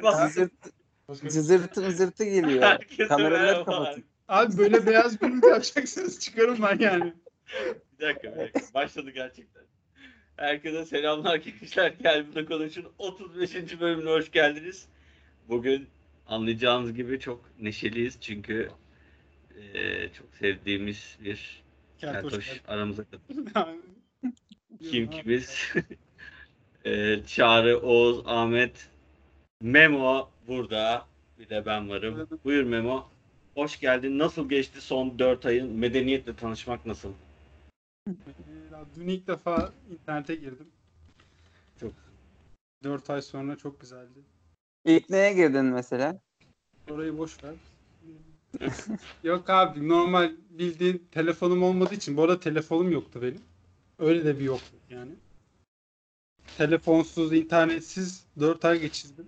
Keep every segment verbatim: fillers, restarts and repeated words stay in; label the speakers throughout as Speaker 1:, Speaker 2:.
Speaker 1: merhaba.
Speaker 2: Cızırt, cızırtı mızırtı geliyor.
Speaker 1: Herkese
Speaker 2: Kameraları
Speaker 1: merhaba.
Speaker 2: kapatın.
Speaker 3: Abi böyle beyaz gürültü yapacaksınız çıkarım ben yani.
Speaker 1: Bir dakika bir dakika. Başladı gerçekten. Herkese selamlar gençler. Gel burada konuşun. otuz beşinci bölümüne hoş geldiniz. Bugün anlayacağınız gibi çok neşeliyiz. Çünkü eee, çok sevdiğimiz bir
Speaker 3: Keltoş
Speaker 1: keltoş aramıza katıldı.
Speaker 3: Yani,
Speaker 1: Kim kimiz? Eee, Çağrı, Oğuz, Ahmet, Memo burada. Bir de ben varım. Buyur Memo. Hoş geldin. Nasıl geçti son dört ayın? Medeniyetle tanışmak nasıl?
Speaker 3: Ee, Dün ilk defa internete girdim.
Speaker 1: Çok
Speaker 3: dört ay sonra çok güzeldi.
Speaker 2: İlk neye girdin mesela?
Speaker 3: Orayı boş ver. Yok abi normal bildiğin telefonum olmadığı için. Bu arada telefonum yoktu benim. Öyle de bir yokluk yani. Telefonsuz, internetsiz dört ay geçirdim.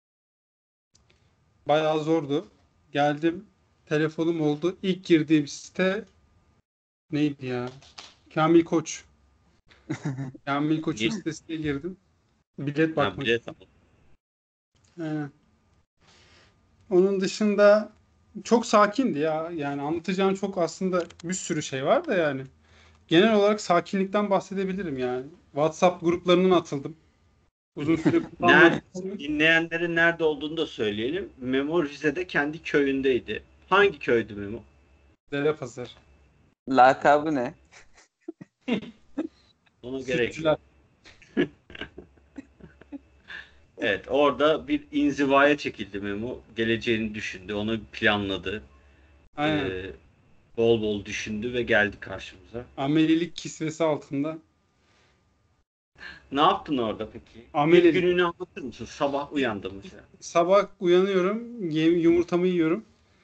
Speaker 3: Bayağı zordu. Geldim, telefonum oldu. İlk girdiğim site neydi ya? Kamil Koç. Kamil Koç'un
Speaker 1: İyi.
Speaker 3: sitesine girdim. Bilet
Speaker 1: Ha,
Speaker 3: bakmak
Speaker 1: bilet
Speaker 3: için. Aynen. Onun dışında çok sakindi ya. Yani anlatacağım çok aslında bir sürü şey var da yani. Genel olarak sakinlikten bahsedebilirim yani. WhatsApp gruplarından atıldım. Uzun süre
Speaker 1: Nerede,
Speaker 3: kullanmadım.
Speaker 1: dinleyenlerin nerede olduğunu da söyleyelim. Memo Rize'de kendi köyündeydi. Hangi köydü Memo?
Speaker 3: Derepazarı.
Speaker 2: Lakabı ne?
Speaker 1: Ona gerek yok.
Speaker 3: Sütçüler.
Speaker 1: Evet, orada bir inzivaya çekildi Memo. Geleceğini düşündü, onu planladı.
Speaker 3: Aynen.
Speaker 1: Ee, bol bol düşündü ve geldi karşımıza.
Speaker 3: Amelilik kisvesi altında.
Speaker 1: Ne yaptın orada peki?
Speaker 3: Amelilik.
Speaker 1: Bir gününü anlatır mısın? Sabah uyandım mesela.
Speaker 3: Sabah uyanıyorum, ye- yumurtamı yiyorum.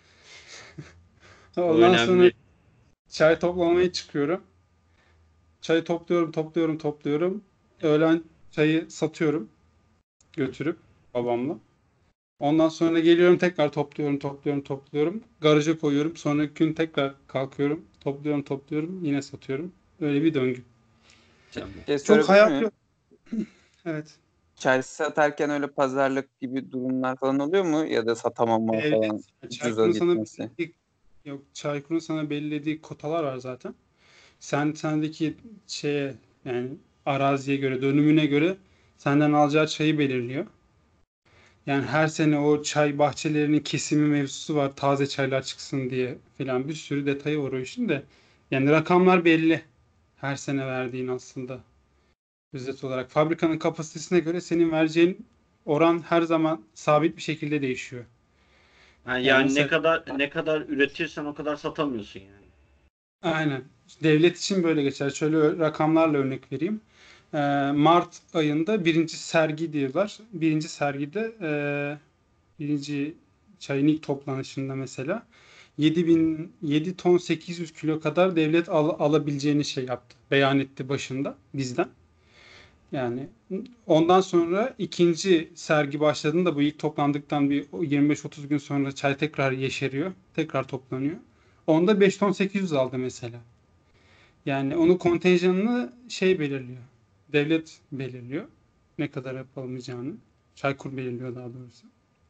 Speaker 1: O
Speaker 3: Ondan
Speaker 1: önemli.
Speaker 3: sonra çay toplamaya çıkıyorum. Çayı topluyorum, topluyorum, topluyorum. Öğlen çayı satıyorum. Götürüp babamla. Ondan sonra geliyorum tekrar topluyorum, topluyorum, topluyorum. Garaja koyuyorum. Sonraki gün tekrar kalkıyorum. Topluyorum, topluyorum. Yine satıyorum. Öyle bir döngü.
Speaker 1: Mükemmel.
Speaker 2: Şey
Speaker 3: Çok
Speaker 2: sorabilir
Speaker 3: hayat
Speaker 2: miyim?
Speaker 3: yok. Evet.
Speaker 2: Çay satarken öyle pazarlık gibi durumlar falan oluyor mu? Ya da satamama falan,
Speaker 3: Devlet,
Speaker 2: ucuza
Speaker 3: Çaykur'un sana
Speaker 2: gitmesi.
Speaker 3: belirlediği, yok, Çaykur'un sana belirlediği kotalar var zaten. Sen sendeki şeye yani araziye göre, dönümüne göre senden alacağı çayı belirliyor. Yani her sene o çay bahçelerinin kesimi mevzusu var. Taze çaylar çıksın diye filan bir sürü detayı var o işin de. Yani rakamlar belli. Her sene verdiğin aslında. Özet olarak fabrikanın kapasitesine göre senin vereceğin oran her zaman sabit bir şekilde değişiyor.
Speaker 1: Yani,
Speaker 3: Yani
Speaker 1: yani ne
Speaker 3: mesela
Speaker 1: kadar ne kadar üretirsen o kadar satamıyorsun yani.
Speaker 3: aynen. Devlet için böyle geçer. Şöyle ö- rakamlarla örnek vereyim. Ee, Mart ayında birinci sergi diyorlar. Birinci sergide e, birinci çayın ilk toplanışında mesela yedi bin yedi ton sekiz yüz kilo kadar devlet al- alabileceğini şey yaptı. Beyan etti başında bizden. Yani ondan sonra ikinci sergi başladığında bu ilk toplandıktan bir yirmi beş otuz gün sonra çay tekrar yeşeriyor. Tekrar toplanıyor. Onda beş ton sekiz yüz aldı mesela. Yani onu kontenjanını şey belirliyor. Devlet belirliyor. Ne kadar yapılamayacağını. Çaykur belirliyor daha doğrusu.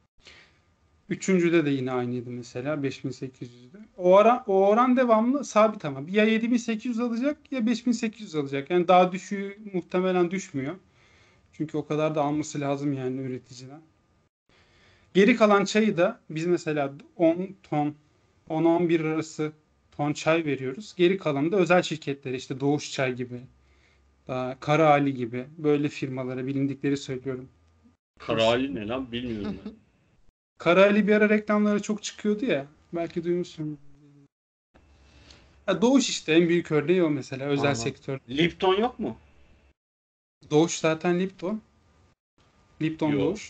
Speaker 3: Üçüncüde de yine aynıydı mesela beş bin sekiz yüzde. O oran, o oran devamlı sabit ama. Ya yedi bin sekiz yüz alacak ya beş bin sekiz yüz alacak. Yani daha düşüğü muhtemelen düşmüyor. Çünkü o kadar da alması lazım yani üreticiden. Geri kalan çayı da biz mesela on ton, on on bir arası ton çay veriyoruz. Geri kalanı da özel şirketlere işte Doğuş Çay gibi, daha Kara Ali gibi böyle firmalara bilindikleri söylüyorum.
Speaker 1: Karali ne lan bilmiyorum ben.
Speaker 3: Kara Ali bir ara reklamlara çok çıkıyordu ya. Belki duymuşsun. Ha, Doğuş işte en büyük örneği o mesela özel
Speaker 1: Aha.
Speaker 3: sektör.
Speaker 1: Lipton yok mu?
Speaker 3: Doğuş zaten Lipton. Lipton
Speaker 1: Yok.
Speaker 3: Doğuş.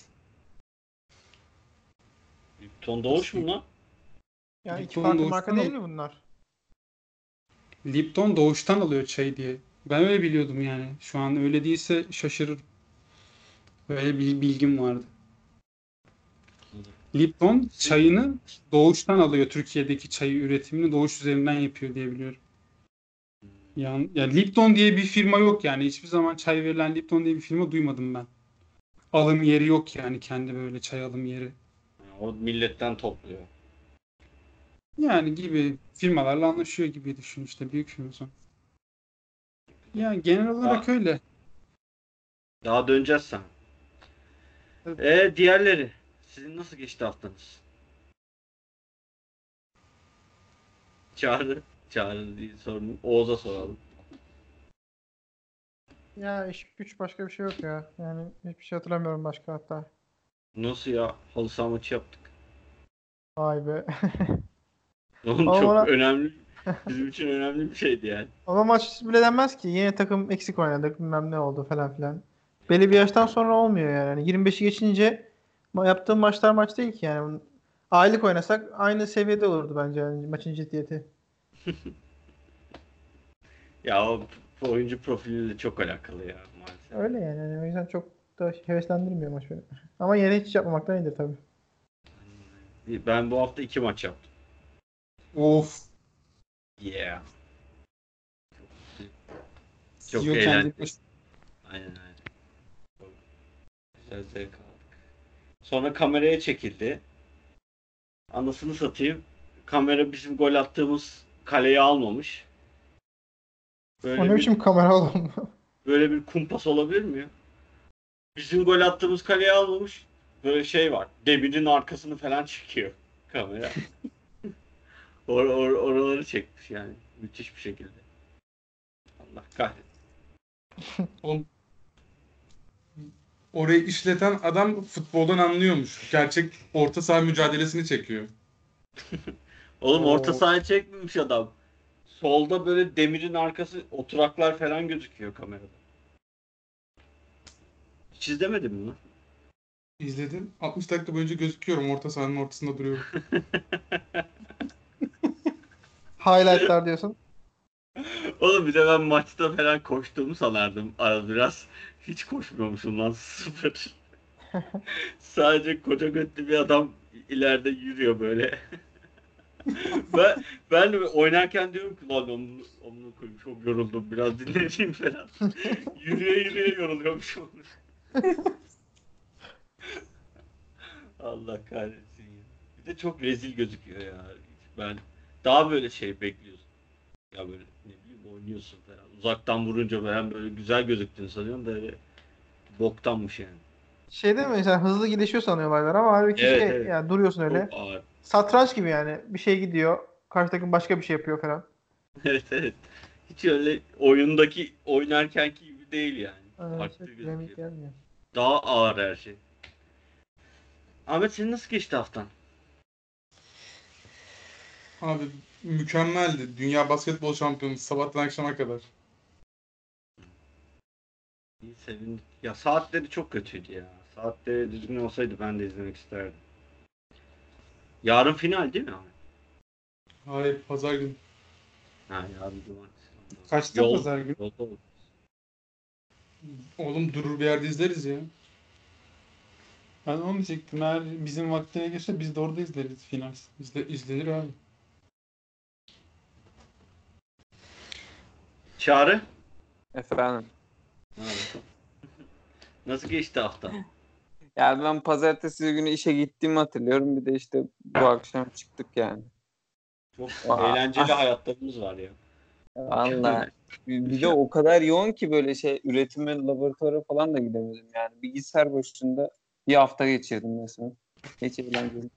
Speaker 1: Lipton Doğuş mu lan?
Speaker 4: Ya iki
Speaker 3: Lipton
Speaker 4: farklı
Speaker 3: Doğuş'tan
Speaker 4: marka değil
Speaker 3: al-
Speaker 4: mi bunlar?
Speaker 3: Lipton Doğuş'tan alıyor çayı diye. Ben öyle biliyordum yani. Şu an öyle değilse şaşırırım. Böyle bir bilgim vardı. Lipton çayını Doğuş'tan alıyor. Türkiye'deki çayı üretimini Doğuş üzerinden yapıyor diye biliyorum. Yani, ya Lipton diye bir firma yok yani. Hiçbir zaman çay verilen Lipton diye bir firma duymadım ben. alım yeri yok yani, kendi böyle çay alım yeri.
Speaker 1: Yani o milletten topluyor.
Speaker 3: Yani gibi firmalarla anlaşıyor gibi düşün işte, büyük firma son. Yani genel
Speaker 1: Daha,
Speaker 3: olarak öyle.
Speaker 1: daha döneceğiz sana.
Speaker 3: Evet.
Speaker 1: E diğerleri. Sizin nasıl geçti haftanız? Çağrı. Çağrı değil sorun. Oğuz'a soralım.
Speaker 4: Ya iş güç başka bir şey yok ya. Yani hiçbir şey hatırlamıyorum başka hatta.
Speaker 1: Nasıl ya? Halı saha maçı yaptık.
Speaker 4: Vay be.
Speaker 1: Oğlum
Speaker 4: Ama
Speaker 1: çok
Speaker 4: bana,
Speaker 1: önemli. Bizim için önemli bir şeydi yani.
Speaker 4: ama maç bile denmez ki. Yine takım eksik oynadık. Bilmem ne oldu falan filan. Belli bir yaştan sonra olmuyor yani. Yani yirmi beşi geçince ma- yaptığım maçlar maç değil ki yani. Aylık oynasak aynı seviyede olurdu bence yani maçın ciddiyeti.
Speaker 1: Ya o p- oyuncu profiliyle çok alakalı ya maalesef.
Speaker 4: Öyle yani. Yani o yüzden çok da heveslendirmiyor maç beni. Ama yine hiç yapmamaktan iyidir tabii.
Speaker 1: Ben bu hafta iki maç yaptım.
Speaker 3: Of.
Speaker 1: Yeah.
Speaker 3: C E
Speaker 1: Çok
Speaker 3: O kendi
Speaker 1: eğlenceli.
Speaker 3: baş-
Speaker 1: Aynen aynen. Çok güzel zevk aldık. Sonra kameraya çekildi. Anasını satayım. Kamera bizim gol attığımız kaleyi almamış.
Speaker 4: O
Speaker 1: Böyle
Speaker 4: ne
Speaker 1: bir
Speaker 4: biçim kamera oğlum?
Speaker 1: böyle bir kumpas olabilir mi ya? Bizim gol attığımız kaleyi almamış. Böyle şey var. Demirin arkasını falan çekiyor kamera. Or, or, oraları çekmiş yani. Müthiş bir şekilde. Allah kahretsin.
Speaker 5: Oğlum, orayı işleten adam futboldan anlıyormuş. Gerçek orta saha mücadelesini çekiyor.
Speaker 1: Oğlum orta
Speaker 4: Oo.
Speaker 1: sahaya çekmemiş adam. Solda böyle demirin arkası oturaklar falan gözüküyor kamerada. Hiç izlemedin mi lan?
Speaker 5: İzledim. altmış dakika boyunca gözüküyorum. Orta sahanın ortasında duruyorum.
Speaker 4: Highlightlar diyorsun.
Speaker 1: Oğlum bir de ben maçta falan koştuğumu sanardım arada biraz. Hiç koşmuyormuşum lan sıfır. Sadece koca götlü bir adam ileride yürüyor böyle. ben ben de oynarken diyorum ki lan omunu, omunu koyayım çok yoruldum biraz dinleneyim falan. Yürüye yürüye yoruluyormuşum. Allah kahretsin ya. Bir de çok rezil gözüküyor ya. Ben daha böyle şey bekliyorsun. Ya böyle ne bileyim oynuyorsun falan. Uzaktan vurunca falan böyle güzel gözüktüğünü sanıyorum da öyle boktanmış yani.
Speaker 4: Şey değil mi? Mesela hızlı gelişiyor sanıyor olaylar ama halbuki
Speaker 1: Evet
Speaker 4: şey
Speaker 1: evet.
Speaker 4: yani duruyorsun
Speaker 1: Çok
Speaker 4: öyle.
Speaker 1: ağır.
Speaker 4: Satranç gibi yani. Bir şey gidiyor. Karşı takım başka bir şey yapıyor falan.
Speaker 1: Evet evet. Hiç öyle oyundaki oynarkenki gibi değil yani.
Speaker 4: Aynen,
Speaker 1: Farklı
Speaker 4: çok dinamik
Speaker 1: gözüküyor.
Speaker 4: gelmiyor.
Speaker 1: Daha ağır her şey. Ahmet senin nasıl geçti haftan?
Speaker 5: Abi mükemmeldi. Dünya basketbol şampiyonu sabahtan akşama kadar.
Speaker 1: İyi sevindim. Ya saatleri çok kötüydü ya. Saatleri düzgün olsaydı ben de izlemek isterdim. Yarın final değil mi Ahmet?
Speaker 5: Hayır, pazar günü.
Speaker 1: Ha yarın cumartesi.
Speaker 3: Kaçta
Speaker 1: Yol,
Speaker 3: pazar günü?
Speaker 1: yolda olur.
Speaker 5: Oğlum durur bir yerde izleriz ya.
Speaker 3: Ben onu diyecektim. Eğer bizim vaktine geçse biz de orada izleriz final.
Speaker 5: İzle, izlenir abi.
Speaker 1: Çağrı?
Speaker 2: Efendim.
Speaker 1: Ne haber? Nasıl geçti hafta?
Speaker 2: Yani ben pazartesi günü işe gittiğimi hatırlıyorum. Bir de işte bu akşam çıktık yani.
Speaker 1: Çok
Speaker 2: Vay.
Speaker 1: eğlenceli hayatlarımız var ya.
Speaker 2: Valla. Bir bir de o kadar yoğun ki böyle şey üretime, laboratuvara falan da gidemedim yani. Bilgisayar başında bir hafta geçirdim mesela. Hiç eğlenceli.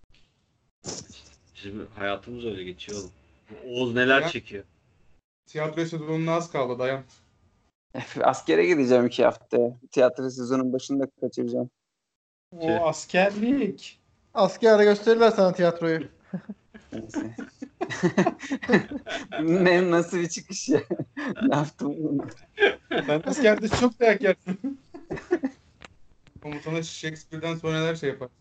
Speaker 1: Bizim hayatımız öyle geçiyor oğlum. Bu Oğuz neler
Speaker 5: Dayan.
Speaker 1: çekiyor?
Speaker 5: Tiyatro sezonuna az kaldı, dayan.
Speaker 2: Askere gideceğim iki hafta. Tiyatro sezonun başında kaçıracağım.
Speaker 1: Tüh.
Speaker 3: O askerlik.
Speaker 4: Askerde gösterirler sana tiyatroyu.
Speaker 2: Neyse. Ne, nasıl bir çıkış ya? Ne yaptım bunu?
Speaker 3: Sen askerde çok dayak yersin.
Speaker 5: Komutana Shakespeare'den sonra neler şey yapar.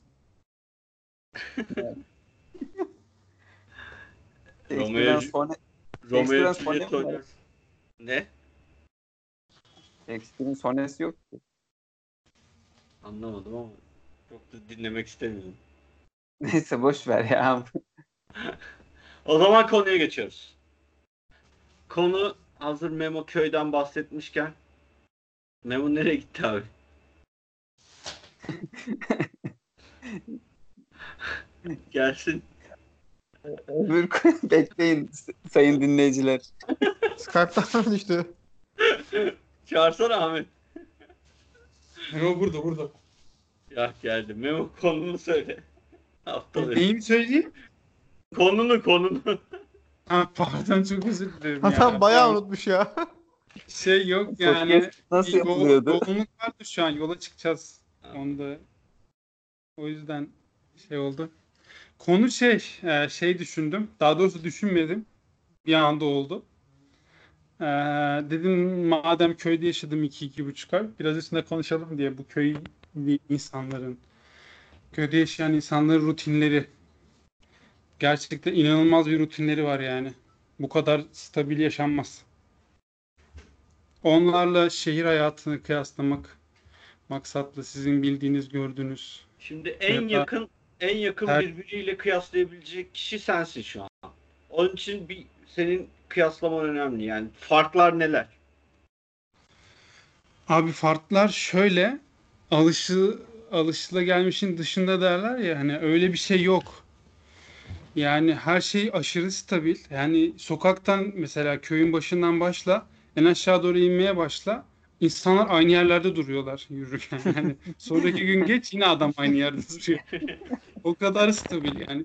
Speaker 1: Romeo,
Speaker 2: Shakespeare'den sonra
Speaker 1: Romeo
Speaker 2: Shakespeare'den sonra
Speaker 1: Juliet
Speaker 2: mı var?
Speaker 1: oynuyorsun. Ne?
Speaker 2: Shakespeare'in sonrası yok ki.
Speaker 1: Anlamadım ama çok da dinlemek istemiyorum.
Speaker 2: Neyse boş ver ya.
Speaker 1: O zaman konuya geçiyoruz. Konu hazır Memo köyden bahsetmişken Memo nereye gitti abi? Gelsin.
Speaker 2: Öbür bekleyin sayın dinleyiciler.
Speaker 4: Skype'tan düştü.
Speaker 1: Çağırsana Ahmet.
Speaker 5: Memo burada burada.
Speaker 1: Ya geldi. Memo konunu söyle. Haftalık.
Speaker 3: Neyimi söyleyeyim?
Speaker 1: Konunu konunu.
Speaker 3: Ha, pardon çok özür dilerim
Speaker 4: Hasan
Speaker 3: ya.
Speaker 4: bayağı unutmuş ya.
Speaker 3: Şey yok yani.
Speaker 2: Podcast nasıl
Speaker 3: bir yol-
Speaker 2: yapılıyordu?
Speaker 3: Yoğunluk vardı şu an. Yola çıkacağız. Onda. O yüzden şey oldu. Konu şey, e, şey düşündüm. Daha doğrusu düşünmedim. Bir anda oldu. Ee, dedim madem köyde yaşadım iki iki buçuk ay biraz üstüne konuşalım diye bu köy insanların, köyde yaşayan insanların rutinleri. Gerçekten inanılmaz bir rutinleri var yani. Bu kadar stabil yaşanmaz. Onlarla şehir hayatını kıyaslamak maksatlı sizin bildiğiniz, gördüğünüz.
Speaker 1: Şimdi en
Speaker 3: Ya da-
Speaker 1: yakın en yakın
Speaker 3: Her-
Speaker 1: birbiriyle kıyaslayabilecek kişi sensin şu an. Onun için bir senin kıyaslaman önemli. Yani farklar neler?
Speaker 3: Abi farklar şöyle, alışı alışılagelmişin dışında derler ya, hani öyle bir şey yok. Yani her şey aşırı stabil. Yani sokaktan mesela köyün başından başla, en aşağı doğru inmeye başla. İnsanlar aynı yerlerde duruyorlar yürürken. Yani sonraki gün geç yine adam aynı yerde duruyor. O kadar stabil yani.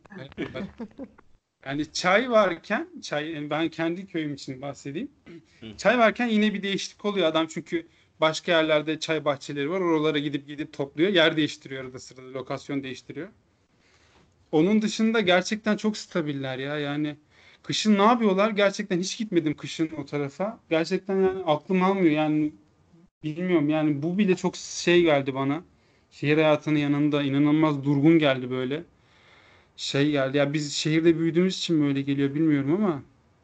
Speaker 3: Yani çay varken, çay yani ben kendi köyüm için bahsedeyim. Çay varken yine bir değişiklik oluyor adam, çünkü başka yerlerde çay bahçeleri var. Oralara gidip gidip topluyor. Yer değiştiriyor arada sırada, lokasyon değiştiriyor. Onun dışında gerçekten çok stabiller ya. Yani kışın ne yapıyorlar? Gerçekten hiç gitmedim kışın o tarafa. Gerçekten yani aklım almıyor. Yani bilmiyorum yani, bu bile çok şey geldi bana. Şehir hayatının yanında inanılmaz durgun geldi böyle. Şey geldi. Ya biz şehirde büyüdüğümüz için mi öyle geliyor bilmiyorum ama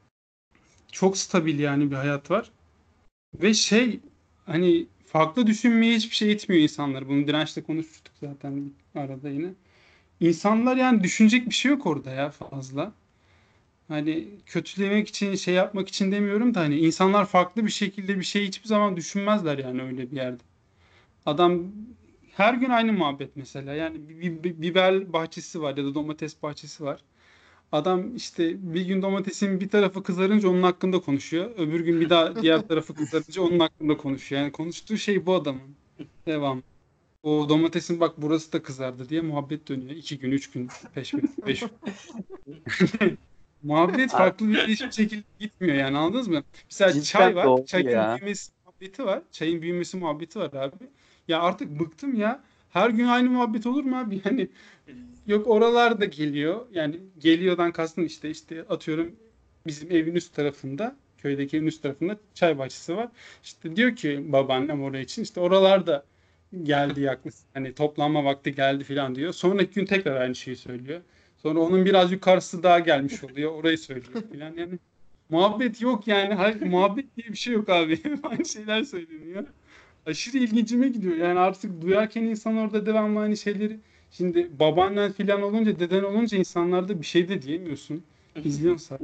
Speaker 3: çok stabil yani bir hayat var. Ve şey, hani farklı düşünmeye hiçbir şey itmiyor insanlar. Bunu dirençle konuşmuştuk zaten arada yine. İnsanlar yani düşünecek bir şey yok orada ya fazla. Hani kötülemek için, şey yapmak için demiyorum da, hani insanlar farklı bir şekilde bir şey hiçbir zaman düşünmezler yani öyle bir yerde. Adam her gün aynı muhabbet mesela. Yani bir, bir- bir biber bahçesi var ya da domates bahçesi var. Adam işte bir gün domatesin bir tarafı kızarınca onun hakkında konuşuyor. Öbür gün bir daha diğer tarafı kızarınca onun hakkında konuşuyor. Yani konuştuğu şey bu adamın. Devam. O domatesin bak burası da kızardı diye muhabbet dönüyor. İki gün, üç gün, peş peşe, beş gün. Muhabbet farklı bir hiçbir şekilde gitmiyor yani, anladınız mı? Mesela
Speaker 2: Cidden
Speaker 3: çay var.
Speaker 2: doğru
Speaker 3: Çayın
Speaker 2: ya.
Speaker 3: büyümesi muhabbeti var. Çayın büyümesi muhabbeti var abi. Ya artık bıktım ya. Her gün aynı muhabbet olur mu abi? Yani yok, oralar da geliyor. Yani geliyordan kastım işte işte atıyorum bizim evin üst tarafında, köydeki evin üst tarafında çay bahçesi var. İşte diyor ki babaannem oraya için, işte oralarda geldi yaklaşık, hani toplanma vakti geldi falan diyor. Sonraki gün tekrar aynı şeyi söylüyor. Sonra onun biraz yukarısı daha gelmiş oluyor. Orayı söylüyor falan. Yani muhabbet yok yani. Hayır, muhabbet diye bir şey yok abi. Aynı şeyler söyleniyor. Aşırı ilgincime gidiyor. Yani artık duyarken insan orada devamlı aynı şeyleri. Şimdi babaannen falan olunca, deden olunca insanlarda bir şey de diyemiyorsun. İzliyorsun sadece.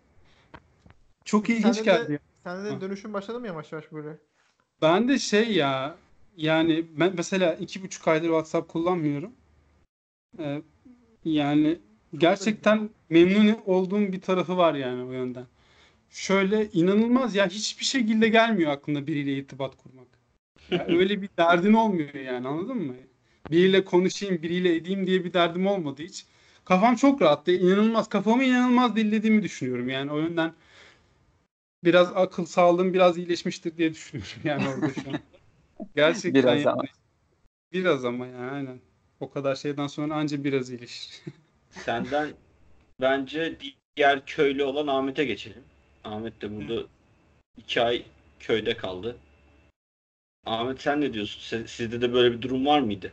Speaker 3: Çok ilginç
Speaker 4: Sende
Speaker 3: geldi.
Speaker 4: de, sende de
Speaker 3: Ha.
Speaker 4: dönüşüm başladı mı yavaş yavaş böyle?
Speaker 3: Ben de şey ya, yani ben mesela iki buçuk aydır WhatsApp kullanmıyorum. Ee, yani gerçekten memnun olduğum bir tarafı var yani o yönden. Şöyle inanılmaz ya, hiçbir şekilde gelmiyor aklına biriyle irtibat kurmak. Ya öyle bir derdin olmuyor yani, anladın mı? Biriyle konuşayım, biriyle edeyim diye bir derdim olmadı hiç. Kafam çok rahattı. İnanılmaz, kafamı inanılmaz dinlediğimi düşünüyorum yani, o yönden biraz akıl sağlığım biraz iyileşmiştir diye düşünüyorum yani orada şu an. Gerçekten
Speaker 2: Biraz
Speaker 3: yani.
Speaker 2: ama.
Speaker 3: Biraz ama yani aynen. O kadar şeyden sonra anca biraz iyileşir.
Speaker 1: Senden bence diğer köylü olan Ahmet'e geçelim. Ahmet de burada iki ay köyde kaldı. Ahmet sen ne diyorsun? Se- Sizde de böyle bir durum var mıydı?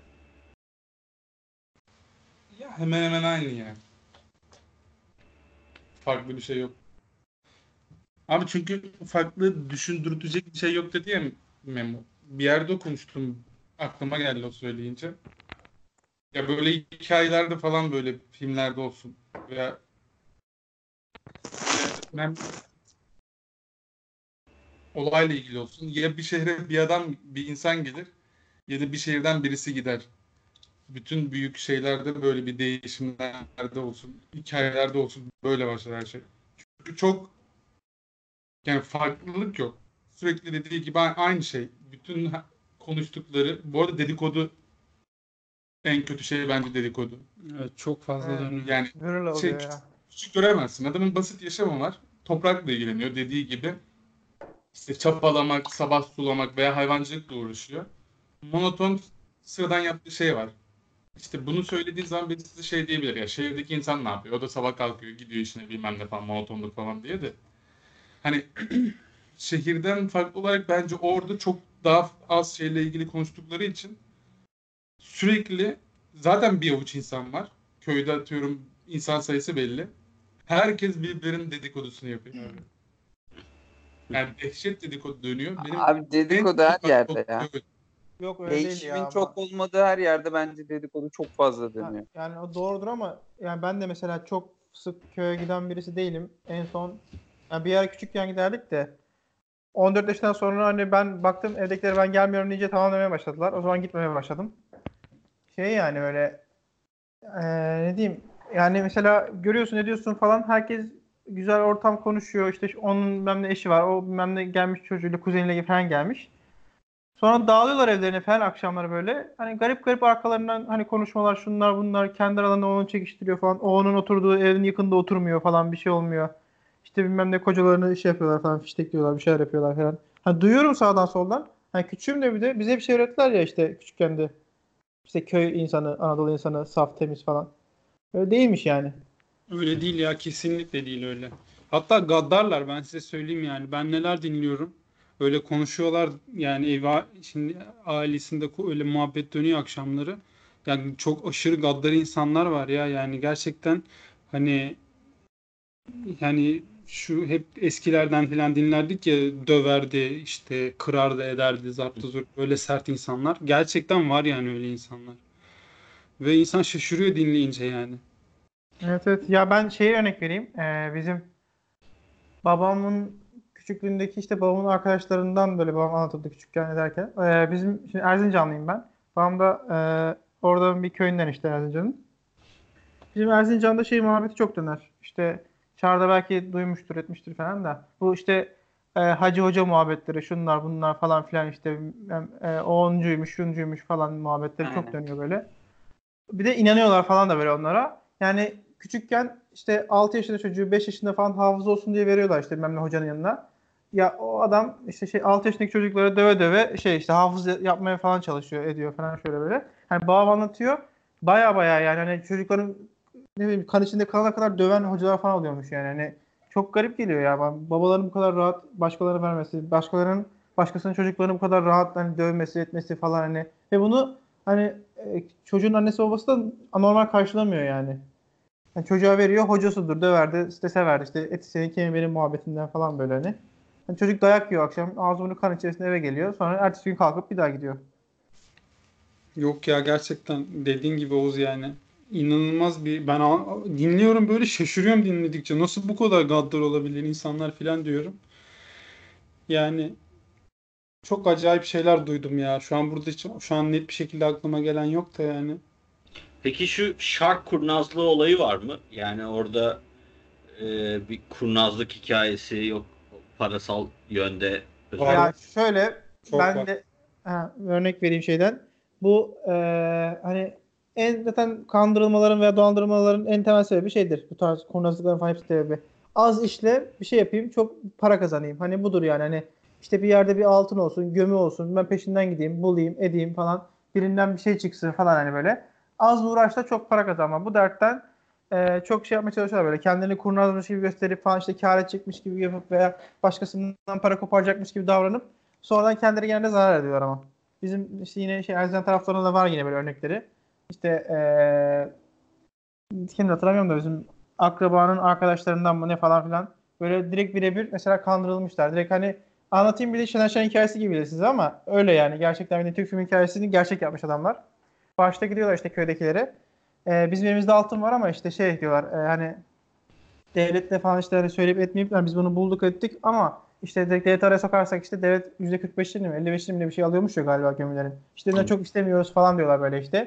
Speaker 5: Ya hemen hemen aynı ya. Farklı bir şey yok. Abi çünkü farklı düşündürtecek bir şey yok dedi ya Memo. Bir yerde okumuştum. Aklıma geldi o söyleyince. Ya böyle hikayelerde falan, böyle filmlerde olsun veya ben olayla ilgili olsun. Ya bir şehre bir adam, bir insan gelir ya da bir şehirden birisi gider. Bütün büyük şeylerde böyle bir değişimlerde olsun, hikayelerde olsun böyle başlar her şey. Çünkü çok yani farklılık yok. Sürekli dediği gibi a- aynı şey. Bütün ha- konuştukları, bu arada dedikodu en kötü şey bence dedikodu.
Speaker 3: Evet, çok fazla
Speaker 4: Evet.
Speaker 3: dönüyor.
Speaker 5: Yani
Speaker 4: Gırla
Speaker 5: şey
Speaker 4: oluyor
Speaker 5: küçük,
Speaker 4: ya.
Speaker 5: küçük göremezsin. Adamın basit yaşamı var. Toprakla ilgileniyor dediği gibi. İşte çapalamak, sabah sulamak veya hayvancılıkla uğraşıyor. Monoton sıradan yaptığı şey var. İşte bunu söylediği zaman birisi de şey diyebilir ya şehirdeki insan ne yapıyor? O da sabah kalkıyor gidiyor işine bilmem ne falan monotonluk falan diye de. Hani şehirden farklı olarak bence orada çok daha az şeyle ilgili konuştukları için sürekli zaten bir avuç insan var. Köyde atıyorum insan sayısı belli. Herkes birbirinin dedikodusunu yapıyor abi. Yani dehşet dedikodu dönüyor. Benim
Speaker 2: Abi
Speaker 5: en
Speaker 2: dedikodu her yerde ya.
Speaker 5: evet.
Speaker 4: Yok öyle değil ya
Speaker 2: Değişimin çok
Speaker 4: ama.
Speaker 2: olmadığı her yerde bence dedikodu çok fazla
Speaker 4: Ha,
Speaker 2: dönüyor.
Speaker 4: yani o doğrudur ama yani ben de mesela çok sık köye giden birisi değilim. En son yani bir yer küçükken giderdik de on dört yaşından sonra hani ben baktım evdekileri ben gelmiyorum deyince tamam demeye başladılar. O zaman gitmemeye başladım. Şey yani öyle eee, ne diyeyim yani mesela görüyorsun ediyorsun falan herkes güzel ortam konuşuyor. İşte şu- onun bilmem ne eşi var. O bilmem ne gelmiş çocuğuyla kuzeniyle falan gelmiş. Sonra dağılıyorlar evlerine falan akşamları böyle. Hani garip garip arkalarından hani konuşmalar şunlar bunlar kendi aralarında onu çekiştiriyor falan. O onun oturduğu evin yakında oturmuyor falan bir şey olmuyor. İşte bilmem ne kocalarını şey yapıyorlar falan fiştekliyorlar bir şeyler yapıyorlar falan. Hani duyuyorum sağdan soldan. Hani küçüğüm de bir de bize bir şey öğrettiler ya işte küçükken de. İşte köy insanı, Anadolu insanı saf temiz falan. Öyle değilmiş yani.
Speaker 3: Öyle değil ya, kesinlikle değil öyle. Hatta gaddarlar, ben size söyleyeyim yani. Ben neler dinliyorum. Öyle konuşuyorlar yani, ev şimdi ailesinde ko- öyle muhabbet dönüyor akşamları. Yani çok aşırı gaddar insanlar var ya, yani gerçekten hani, yani şu hep eskilerden falan dinlerdik ya, döverdi işte, kırardı ederdi zarttı zurt, böyle sert insanlar. Gerçekten var yani öyle insanlar. Ve insan şaşırıyor dinleyince yani.
Speaker 4: Evet evet. Ya ben şeye örnek vereyim. Ee, bizim babamın küçüklüğündeki işte babamın arkadaşlarından böyle babam anlatırdı küçükken ederken. Ee, bizim şimdi Erzincanlıyım ben. Babam da e, oradan bir köyünden işte Erzincan'ın. Bizim Erzincan'da şey muhabbeti çok döner. İşte Çağrı'da belki duymuştur etmiştir falan da. Bu işte e, Hacı Hoca muhabbetleri şunlar bunlar falan filan işte e, o oncuymuş şuncuymuş falan muhabbetleri çok
Speaker 2: Aynen.
Speaker 4: dönüyor böyle. Bir de inanıyorlar falan da böyle onlara. Yani küçükken işte altı yaşında çocuğu beş yaşında falan hafıza olsun diye veriyorlar işte bilmem ne hocanın yanına. Ya o adam işte şey altı yaşındaki çocukları döve döve şey işte hafız yapmaya falan çalışıyor, ediyor falan şöyle böyle. Hani babam anlatıyor. Baya baya yani hani çocukların ne bileyim kan içinde kalana kadar döven hocalar falan oluyormuş yani. Hani çok garip geliyor ya. Ben- Babaların bu kadar rahat başkalarına vermesi, başkalarının başkasının çocuklarını bu kadar rahat hani dövmesi, etmesi falan hani ve bunu hani e, çocuğun annesi babası da anormal karşılamıyor yani. Yani çocuğa veriyor, hocasıdır, döverdi, işte severdi, işte eti senin kemiği benim muhabbetinden falan böyle hani. Hani çocuk dayak yiyor akşam, ağzı burnu kan içerisinde eve geliyor. Sonra ertesi gün kalkıp bir daha gidiyor.
Speaker 3: Yok ya, gerçekten dediğin gibi Oğuz, yani inanılmaz bir, ben a- dinliyorum böyle, şaşırıyorum dinledikçe, nasıl bu kadar gaddar olabilir insanlar falan diyorum. Yani çok acayip şeyler duydum ya. Şu an burada hiç, şu an net bir şekilde aklıma gelen yok da yani.
Speaker 1: Peki şu şark kurnazlığı olayı var mı? Yani orada e, bir kurnazlık hikayesi yok, parasal yönde
Speaker 3: Var var,
Speaker 4: Ya
Speaker 1: özellikle.
Speaker 4: şöyle
Speaker 3: çok
Speaker 4: ben
Speaker 3: var.
Speaker 4: de ha, örnek vereyim şeyden. Bu e, hani en zaten kandırılmaların veya dolandırılmaların en temel sebebi şeydir. Bu tarz kurnazlıkların falan hepsi sebebi. Az işle bir şey yapayım, çok para kazanayım. Hani budur yani. Hani işte bir yerde bir altın olsun, gömü olsun. Ben peşinden gideyim, bulayım, edeyim falan. Birinden bir şey çıksın falan hani böyle. Az uğraşla çok para kazanma. Bu dertten e, çok şey yapmaya çalışıyorlar böyle. Kendini kurnazmış gibi gösterip falan işte kâr edecekmiş gibi yapıp veya başkasından para koparacakmış gibi davranıp sonradan kendileri genelde zarar ediyorlar ama. Bizim işte yine şey Erzincan taraflarında da var yine böyle örnekleri. İşte eee şimdi hatırlamıyorum da bizim akrabanın arkadaşlarından mı ne falan filan böyle direkt birebir mesela kandırılmışlar. Direkt hani anlatayım bir de Şener Şen hikayesi gibi gelir size ama öyle yani. Gerçekten bir de Türk film hikayesini gerçek yapmış adamlar. Başta gidiyorlar işte köydekilere. Eee bizim elimizde altın var ama işte şey diyorlar eee, hani devletle falan işte hani söyleyip etmeyip yani biz bunu bulduk ettik ama işte direkt devlet araya sokarsak işte devlet yüzde kırk beşini mi elli beşini mi ne bir şey alıyormuş ya galiba gömülerin. İşte ne çok istemiyoruz falan diyorlar böyle işte.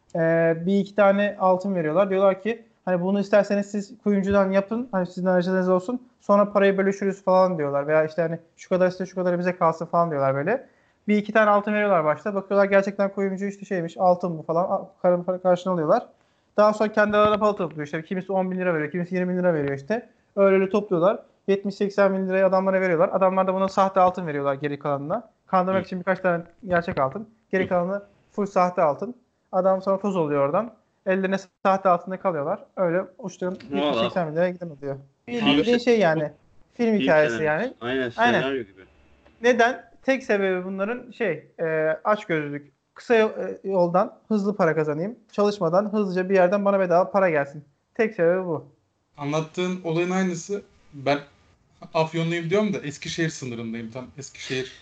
Speaker 4: e, bir iki tane altın veriyorlar. Diyorlar ki hani bunu isterseniz siz kuyumcudan yapın. Hani sizin harcınız olsun. Sonra parayı bölüşürüz falan diyorlar. Veya işte hani şu kadar size şu kadar bize kalsın falan diyorlar böyle. Bir iki tane altın veriyorlar başta. Bakıyorlar gerçekten kuyumcu işte şeymiş altın mı falan. Para karşılığını alıyorlar. Daha sonra kendi aralarında para topluyor. İşte kimisi on bin lira veriyor. Kimisi yirmi bin lira veriyor işte. Öyle öyle topluyorlar. yetmiş seksen bin lirayı adamlara veriyorlar. Adamlar da buna sahte altın veriyorlar geri kalanına. Kandırmak
Speaker 1: Hı.
Speaker 4: için birkaç tane gerçek altın. Geri kalanı full sahte altın. Adam sonra toz oluyor oradan. Ellerine sahte altında kalıyorlar. Öyle uçtuğun yetmiş
Speaker 1: Valla.
Speaker 4: seksen bin liraya gidemediyor.
Speaker 1: Film
Speaker 4: Bildiğin
Speaker 1: se-
Speaker 4: şey yani. Film
Speaker 1: Film
Speaker 4: hikayesi
Speaker 1: senaryosu.
Speaker 4: yani.
Speaker 1: Aynen
Speaker 4: Aynen.
Speaker 1: senaryo gibi.
Speaker 4: Neden? Tek sebebi bunların şey e, açgözlülük. Kısa e, yoldan hızlı para kazanayım. Çalışmadan hızlıca bir yerden bana bedava para gelsin. Tek sebebi bu.
Speaker 5: Anlattığın olayın aynısı. Ben Afyonluyum diyorum da Eskişehir sınırındayım tam. Eskişehir.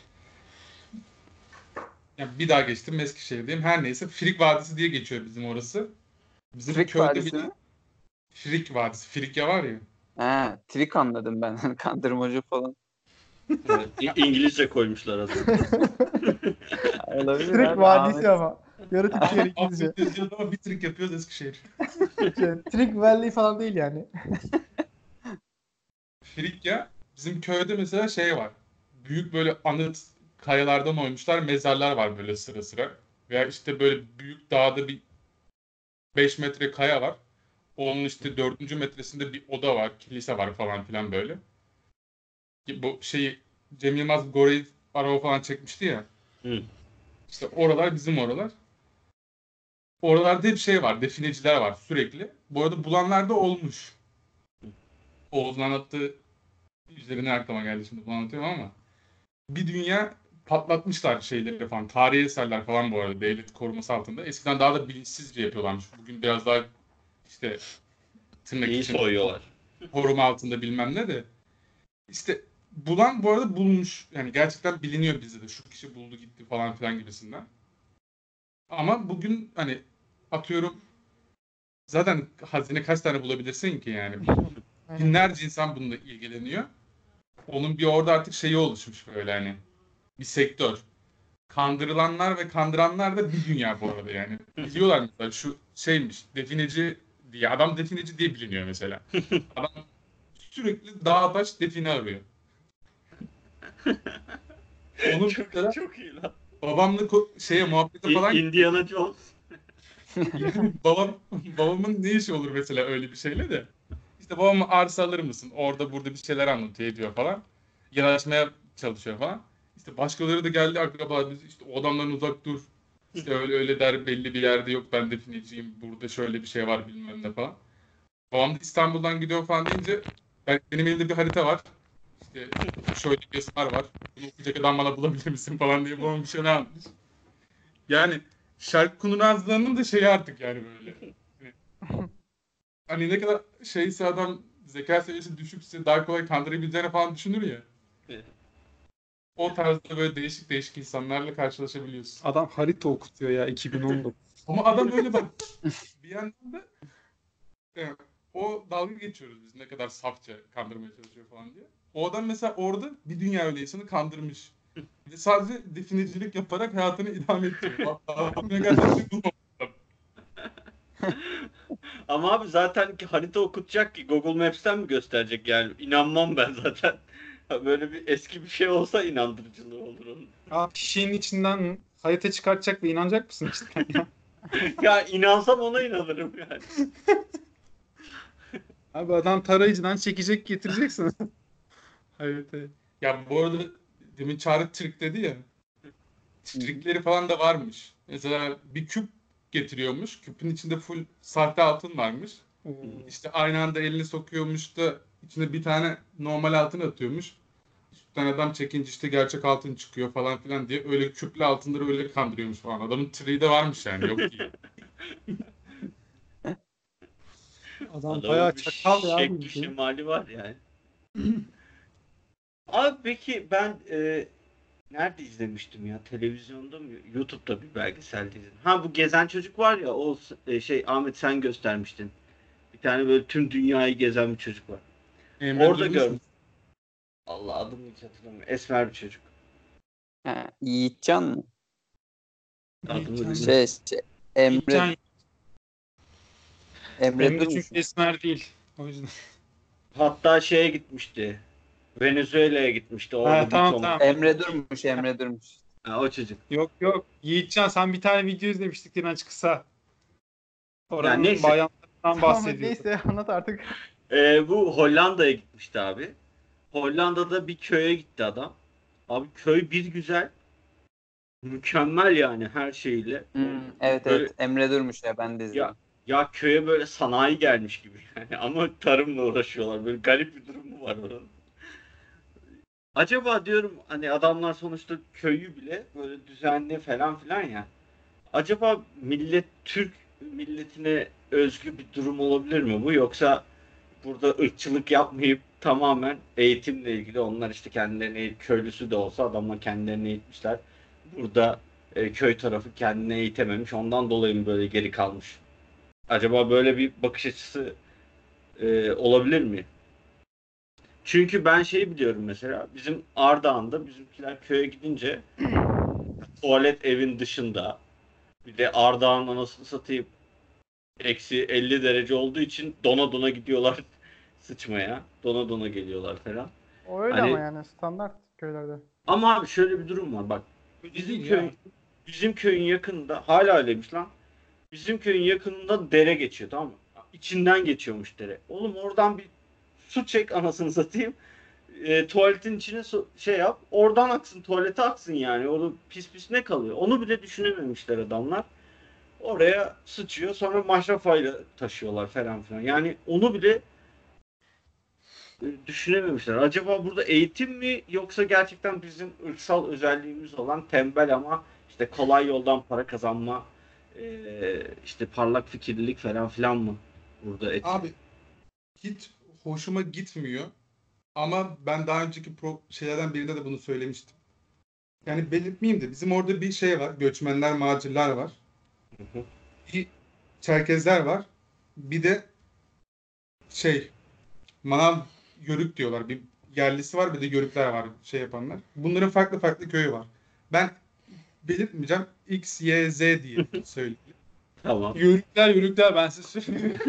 Speaker 5: Yani bir daha geçtim Eskişehir'deyim. Her neyse Frik Vadisi diye geçiyor bizim orası. Bizim
Speaker 2: Frik
Speaker 5: köyde
Speaker 2: Vadisi
Speaker 5: bir
Speaker 2: mi?
Speaker 5: Frik Vadisi. Frikya var ya.
Speaker 2: Ha, trik anladım ben. Kandırmacı falan.
Speaker 1: Evet. İ- İngilizce koymuşlar adını.
Speaker 2: Olabilir
Speaker 4: Trik
Speaker 2: abi.
Speaker 4: Vadisi
Speaker 2: Ahmet.
Speaker 4: ama. Yarı Türkçe yarı İngilizce.
Speaker 5: Afyon yazıyoruz ama bir trik yapıyoruz Eskişehir.
Speaker 4: Şey, Trik Valley falan değil yani.
Speaker 5: Frikya bizim köyde mesela şey var. Büyük böyle anıt kayalardan oymuşlar mezarlar var böyle sıra sıra. Veya işte böyle büyük dağda bir beş metre kaya var. Onun işte dördüncü metresinde bir oda var, kilise var falan filan böyle. Bu şeyi Cem Yılmaz Gore'yi araba falan çekmişti ya.
Speaker 1: Hı.
Speaker 5: İşte oralar bizim oralar. Oralarda hep şey var, defineciler var sürekli. Bu arada bulanlar da olmuş. Oğuz'un anlattığı üzerine aklıma geldi şimdi bunu anlatıyorum ama. Bir dünya patlatmışlar şeyleri falan. Tarihi eserler falan bu arada devlet koruması altında. Eskiden daha da bilinçsizce yapıyorlarmış. Bugün biraz daha işte tırnak
Speaker 1: İyi
Speaker 5: için
Speaker 1: soyuyorlar.
Speaker 5: koruma altında bilmem ne de. İşte bulan bu arada bulmuş. Yani gerçekten biliniyor bizde de. Şu kişi buldu gitti falan filan gibisinden. Ama bugün hani atıyorum zaten hazine kaç tane bulabilirsin ki yani.
Speaker 4: Aynen.
Speaker 5: Binlerce insan bununla ilgileniyor. Onun bir orada artık şeyi oluşmuş böyle hani. Bir sektör. Kandırılanlar ve kandıranlar da bir dünya bu arada yani. Biliyorlar mesela şu şeymiş defineci diye. Adam defineci diye biliniyor mesela. Adam sürekli dağ taş define arıyor. Onun
Speaker 1: çok
Speaker 5: mesela
Speaker 1: çok iyi lan.
Speaker 5: babamla ko- şeye muhabbete falan
Speaker 1: İ- Indiana Jones.
Speaker 5: yani babam babamın ne işi olur mesela öyle bir şeyle de. İşte babama arsa alır mısın? Orada burada bir şeyler anlatıyor ediyor falan. Yanaşmaya çalışıyor falan. İşte başkaları da geldi akrabalar biz işte o adamdan uzak dur. İşte öyle öyle der belli bir yerde yok ben defineciyim. Burada şöyle bir şey var bilmem ne falan. Babam da İstanbul'dan gidiyor falan deyince ben, benim elimde bir harita var. İşte şöyle bir yazılar var. Bunu okuyacak adam bana bulabilir misin falan diye babam bir şeyler anlatmış. Yani şarkı kurnazlığının da şeyi artık yani böyle. Hani, hani ne kadar şeyse adam zeka seviyesi düşükse daha kolay kandırabileceğini falan düşünür ya. O tarzda böyle değişik değişik insanlarla karşılaşabiliyorsun.
Speaker 3: Adam harita okutuyor ya iki bin on dokuz.
Speaker 5: Ama adam öyle bak. Bir yandan da e, o dalga geçiyoruz biz ne kadar safça kandırmaya çalışıyor falan diye. O adam mesela orada bir dünya öyle insanı kandırmış. Bir de sadece definecilik yaparak hayatını idame ettiriyor. Adamın gerçekten bir bulmamış.
Speaker 1: Ama abi zaten ki harita okutacak ki Google Maps'ten mi gösterecek yani? İnanmam ben zaten. Böyle bir eski bir şey olsa inandırıcılığı olur onun.
Speaker 3: Abi şişenin içinden harita çıkartacak ve inanacak mısın cidden ya?
Speaker 1: Ya inansam ona inanırım yani.
Speaker 3: Abi adam tarayıcıdan çekecek getireceksin haritayı.
Speaker 5: Ya bu arada demin Çağrı trik dedi ya. Trikleri falan da varmış. Mesela bir küp getiriyormuş. Küpün içinde full sahte altın varmış.
Speaker 3: Oo.
Speaker 5: İşte aynı anda elini sokuyormuş da içine bir tane normal altın atıyormuş. Bir tane adam çekince işte gerçek altın çıkıyor falan filan diye öyle küplü altınları öyle kandırıyormuş falan. Adamın triği de varmış yani yok değil.
Speaker 3: Adam
Speaker 1: Adamın
Speaker 3: bayağı
Speaker 1: bir
Speaker 3: çakal ya
Speaker 1: şekli
Speaker 3: bildiğin.
Speaker 1: şemali var yani. Abi peki ben e, nerede izlemiştim ya? Televizyonda mı? YouTube'da bir belgeselde izledim. Ha bu gezen çocuk var ya o e, şey Ahmet sen göstermiştin. Bir tane böyle tüm dünyayı gezen bir çocuk var.
Speaker 5: Emre
Speaker 1: Orada
Speaker 5: Durmuş
Speaker 1: gör.
Speaker 5: mu?
Speaker 1: Allah adını hiç hatırlamıyorum. Esmer bir çocuk.
Speaker 2: Ha, Yiğitcan mı?
Speaker 1: Adını
Speaker 3: Yiğitcan.
Speaker 1: bilmiyorum.
Speaker 2: Şey, şey Emre
Speaker 5: İlkan
Speaker 2: Emre,
Speaker 3: Emre
Speaker 2: Durmuş
Speaker 3: çünkü
Speaker 2: mu?
Speaker 3: esmer değil. O yüzden.
Speaker 1: Hatta şeye gitmişti. Venezuela'ya gitmişti. Orada
Speaker 3: Ha,
Speaker 1: bir
Speaker 3: tamam
Speaker 1: ton.
Speaker 3: tamam.
Speaker 2: Emre Durmuş, Emre Durmuş.
Speaker 1: Ha, o çocuk.
Speaker 3: Yok yok. Yiğitcan sen bir tane video izlemiştik inanç kısa.
Speaker 1: Yani
Speaker 3: Oranın
Speaker 1: neyse.
Speaker 3: bayanlarından
Speaker 4: Tamam
Speaker 3: bahsediyordu.
Speaker 4: neyse anlat artık.
Speaker 1: Ee, bu Hollanda'ya gitmişti abi. Hollanda'da bir köye gitti adam. Abi köy bir güzel. Mükemmel yani her şeyle.
Speaker 2: Hmm, evet
Speaker 1: Böyle
Speaker 2: evet, Emre Durmuş ya, ben de
Speaker 1: ya
Speaker 2: izledim.
Speaker 1: ya köye böyle sanayi gelmiş gibi yani. Ama tarımla uğraşıyorlar. Böyle garip bir durumu var oranın. Acaba diyorum hani adamlar sonuçta köyü bile böyle düzenli falan filan ya. Acaba millet Türk milletine özgü bir durum olabilir mi bu, yoksa burada ırkçılık yapmayıp tamamen eğitimle ilgili, onlar işte kendilerini köylüsü de olsa adamlar kendilerini eğitmişler. Burada e, köy tarafı kendini eğitememiş. Ondan dolayı mı böyle geri kalmış? Acaba böyle bir bakış açısı e, olabilir mi? Çünkü ben şeyi biliyorum mesela. Bizim Ardahan'da bizimkiler köye gidince tuvalet evin dışında. Bir de Ardahan anasını satayım. Eksi elli derece olduğu için dona dona gidiyorlar sıçmaya. Dona dona geliyorlar falan.
Speaker 4: O öyle ama
Speaker 1: Hani
Speaker 4: yani standart köylerde.
Speaker 1: ama abi şöyle bir durum var bak.
Speaker 3: Öyle
Speaker 1: Bizim
Speaker 3: değil
Speaker 1: köy
Speaker 3: ya.
Speaker 1: bizim köyün yakınında hala öyleymiş lan. Bizim köyün yakınında dere geçiyor, tamam mı? İçinden geçiyormuş dere. Oğlum oradan bir su çek anasını satayım. E, tuvaletin içine su, şey yap. Oradan aksın, tuvalete aksın yani. Orada pis pis ne kalıyor? Onu bile düşünememişler adamlar. Oraya sıçıyor. Sonra maşrafayla taşıyorlar falan filan. Yani onu bile e, düşünememişler. Acaba burada eğitim mi, yoksa gerçekten bizim ırksal özelliğimiz olan tembel ama işte kolay yoldan para kazanma, e, işte parlak fikirlilik falan filan mı burada etkili?
Speaker 5: Abi hiç hoşuma gitmiyor. Ama ben daha önceki pro şeylerden birinde de bunu söylemiştim. Yani belirtmeyeyim de bizim orada bir şey var. Göçmenler, macirler var.
Speaker 1: Hı hı.
Speaker 5: Bir Çerkezler var. Bir de şey Manav Yörük diyorlar. Bir yerlisi var, bir de Yörükler var şey yapanlar. Bunların farklı farklı köyü var. Ben belirtmeyeceğim. X, Y, Z diye söyleyeyim.
Speaker 1: Tamam.
Speaker 3: Yörükler yörükler ben size söyleyeyim.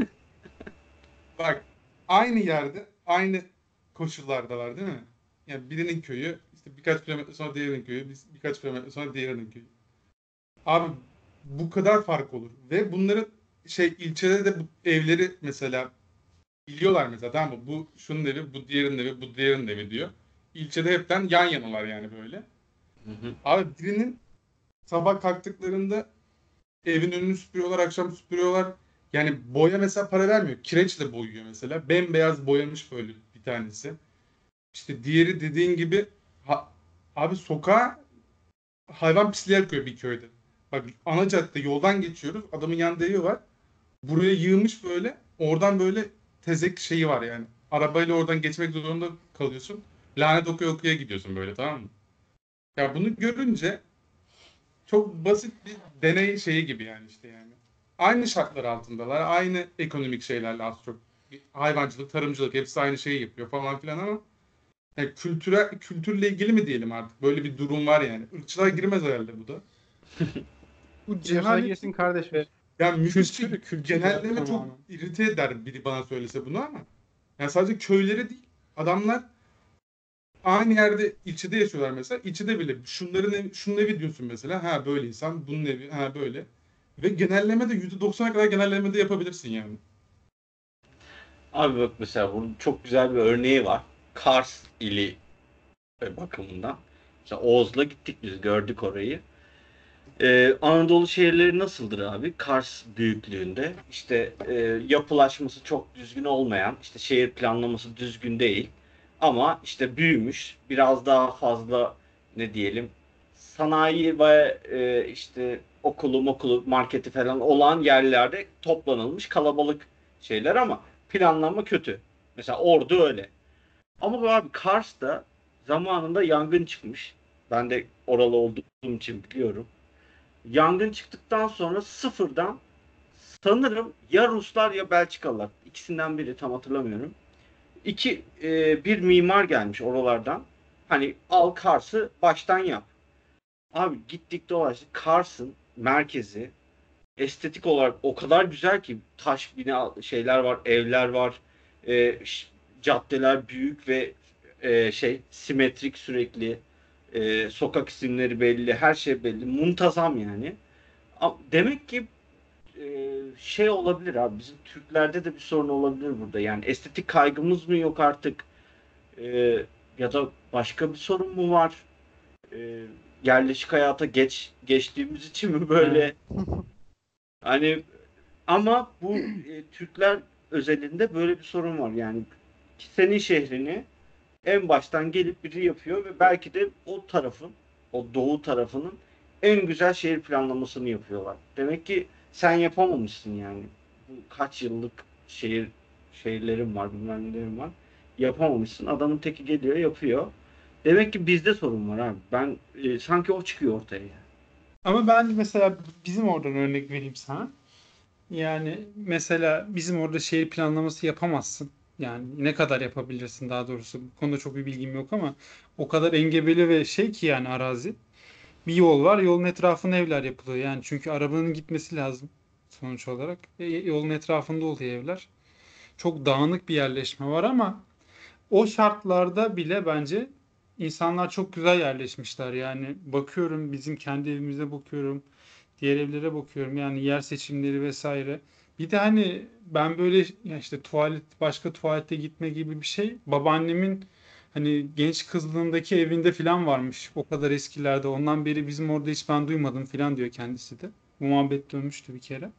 Speaker 5: Bak aynı yerde aynı koşullardalar değil mi? Yani birinin köyü işte birkaç kilometre sonra diğerinin köyü, biz- birkaç kilometre sonra diğerinin köyü. Abi bu kadar fark olur. Ve bunların şey ilçede de bu evleri mesela biliyorlar mesela, tamam mı? Bu şunun evi, bu diğerinin evi, bu diğerinin evi diyor. İlçede hepten yan yanalar yani böyle.
Speaker 1: Hı hı.
Speaker 5: Abi birinin sabah kalktıklarında evin önünü süpürüyorlar, akşam süpürüyorlar. Yani boya mesela para vermiyor. Kireçle boyuyor mesela. Bembeyaz boyamış böyle bir tanesi. İşte diğeri dediğin gibi ha- abi sokağa hayvan pisliği akıyor bir köyde. Bak ana cadde yoldan geçiyoruz. Adamın yanında evi var. Buraya yığmış böyle. Oradan böyle tezek şeyi var yani. Arabayla oradan geçmek zorunda kalıyorsun. Lanet okuya okuya gidiyorsun böyle, tamam mı? Ya bunu görünce çok basit bir deney şeyi gibi yani işte yani. Aynı şartlar altındalar. Aynı ekonomik şeylerle az çok. Hayvancılık, tarımcılık hepsi aynı şeyi yapıyor falan filan ama yani kültüre, kültürle ilgili mi diyelim artık? Böyle bir durum var yani. Irkçılığa girmez herhalde bu da.
Speaker 3: Bu
Speaker 4: Girse
Speaker 3: cehalet
Speaker 4: girsin kardeşim.
Speaker 5: Yani müthiş
Speaker 3: kültürü
Speaker 5: bir
Speaker 3: kültürü
Speaker 5: genelleme, çok
Speaker 3: tamamen.
Speaker 5: irite eder biri bana söylese bunu ama. Yani sadece köyleri değil. Adamlar aynı yerde ilçede yaşıyorlar mesela. İlçede bile şunların evi, şunun evi diyorsun mesela. Ha böyle insan, bunun evi, ha böyle. Ve genelleme de yüzde doksana kadar genelleme de yapabilirsin yani.
Speaker 1: Abi bak mesela bunun çok güzel bir örneği var. Kars ili e, bakımından. Mesela Oğuz'la gittik, biz gördük orayı. Ee, Anadolu şehirleri nasıldır abi? Kars büyüklüğünde. İşte e, yapılaşması çok düzgün olmayan, işte şehir planlaması düzgün değil. Ama işte büyümüş, biraz daha fazla ne diyelim, sanayi ve e, işte okulu, mokulu, marketi falan olan yerlerde toplanılmış kalabalık şeyler ama planlama kötü. Mesela Ordu öyle. Ama bu abi Kars'ta zamanında yangın çıkmış. Ben de oralı olduğum için biliyorum. Yangın çıktıktan sonra sıfırdan, sanırım ya Ruslar ya Belçikalılar, ikisinden biri, tam hatırlamıyorum. İki e, bir mimar gelmiş oralardan. Hani al Kars'ı baştan yap. Abi gittik dolaştık. Kars'ın merkezi estetik olarak o kadar güzel ki taş bina şeyler var, evler var, e, ş- caddeler büyük ve e, şey simetrik sürekli, e, sokak isimleri belli, her şey belli, muntazam yani. A- Demek ki e, şey olabilir abi, bizim Türklerde de bir sorun olabilir burada. Yani estetik kaygımız mı yok artık? E, Ya da başka bir sorun mu var? E, Yerleşik hayata geç geçtiğimiz için mi böyle? Hani ama bu e, Türkler özelinde böyle bir sorun var. Yani senin şehrini en baştan gelip biri yapıyor ve belki de o tarafın, o doğu tarafının en güzel şehir planlamasını yapıyorlar. Demek ki sen yapamamışsın yani. Bu kaç yıllık şehir şehirlerin var, bilmem nelerin var. Yapamamışsın. Adamın teki geliyor, yapıyor. Demek ki bizde sorun var abi. Ben e, sanki o çıkıyor ortaya yani.
Speaker 3: Ama ben mesela bizim oradan örnek vereyim sana. Yani mesela bizim orada şehir planlaması yapamazsın. Yani ne kadar yapabilirsin daha doğrusu. Bu konuda çok bir bilgim yok ama o kadar engebeli ve şey ki yani arazi. Bir yol var. Yolun etrafına evler yapılıyor. Yani çünkü arabanın gitmesi lazım sonuç olarak. E, yolun etrafında oluyor evler. Çok dağınık bir yerleşme var ama o şartlarda bile bence insanlar çok güzel yerleşmişler. Yani bakıyorum bizim kendi evimize bakıyorum. Diğer evlere bakıyorum. Yani yer seçimleri vesaire. Bir de hani ben böyle ya işte tuvalet başka tuvalete gitme gibi bir şey babaannemin hani genç kızlığındaki evinde falan varmış. O kadar eskilerde. Ondan beri bizim orada hiç ben duymadım falan diyor kendisi de. Bu muhabbet dönmüştü bir kere.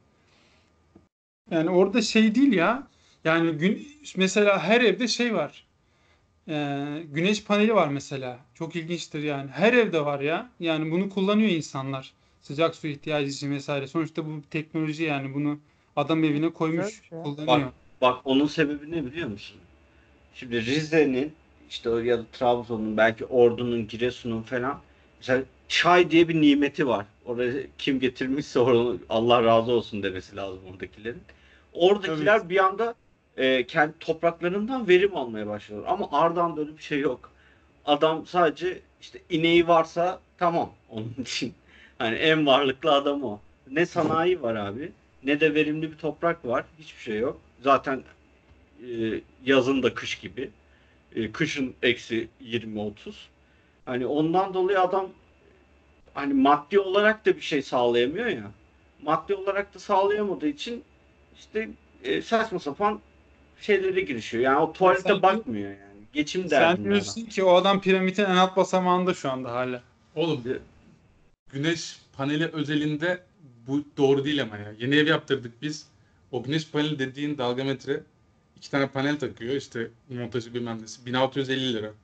Speaker 3: Yani orada şey değil ya. Yani gün, mesela her evde şey var. Ee, güneş paneli var mesela. Çok ilginçtir yani. Her evde var ya. Yani bunu kullanıyor insanlar. Sıcak su ihtiyacı için vesaire. Sonuçta bu bir teknoloji yani bunu adam evine
Speaker 4: Güzel
Speaker 3: koymuş,
Speaker 4: bir şey ya.
Speaker 1: Bak
Speaker 3: kullanıyor.
Speaker 1: bak onun sebebi ne biliyor musun? Şimdi Rize'nin işte o ya da Trabzon'un belki Ordu'nun, Giresun'un falan mesela çay diye bir nimeti var. Oraya kim getirmişse onu Allah razı olsun demesi lazım oradakilerin.
Speaker 3: Tabii ki.
Speaker 1: Oradakiler bir anda e, kendi topraklarından verim almaya başlıyorlar. Ama Ardahan'da öyle bir şey yok. Adam sadece işte ineği varsa tamam onun için. Hani en varlıklı adam o. Ne sanayi var abi, ne de verimli bir toprak var. Hiçbir şey yok. Zaten e, yazın da kış gibi. E, kışın eksi yirmi otuz. Hani ondan dolayı adam hani maddi olarak da bir şey sağlayamıyor ya. Maddi olarak da sağlayamadığı için işte e, saçma sapan şeylere girişiyor. Yani o
Speaker 3: Ya sen
Speaker 1: tuvalete bakmıyor yani. Geçim
Speaker 3: sen
Speaker 1: derdinde adam.
Speaker 3: diyorsun ki o adam piramidin en alt basamağında şu anda hala.
Speaker 5: Oğlum
Speaker 1: E,
Speaker 5: güneş paneli özelinde bu doğru değil ama ya. Yeni ev yaptırdık biz. O güneş paneli dediğin dalgametre iki tane panel takıyor. İşte montajı bilmem nesi. bin altı yüz elli lira.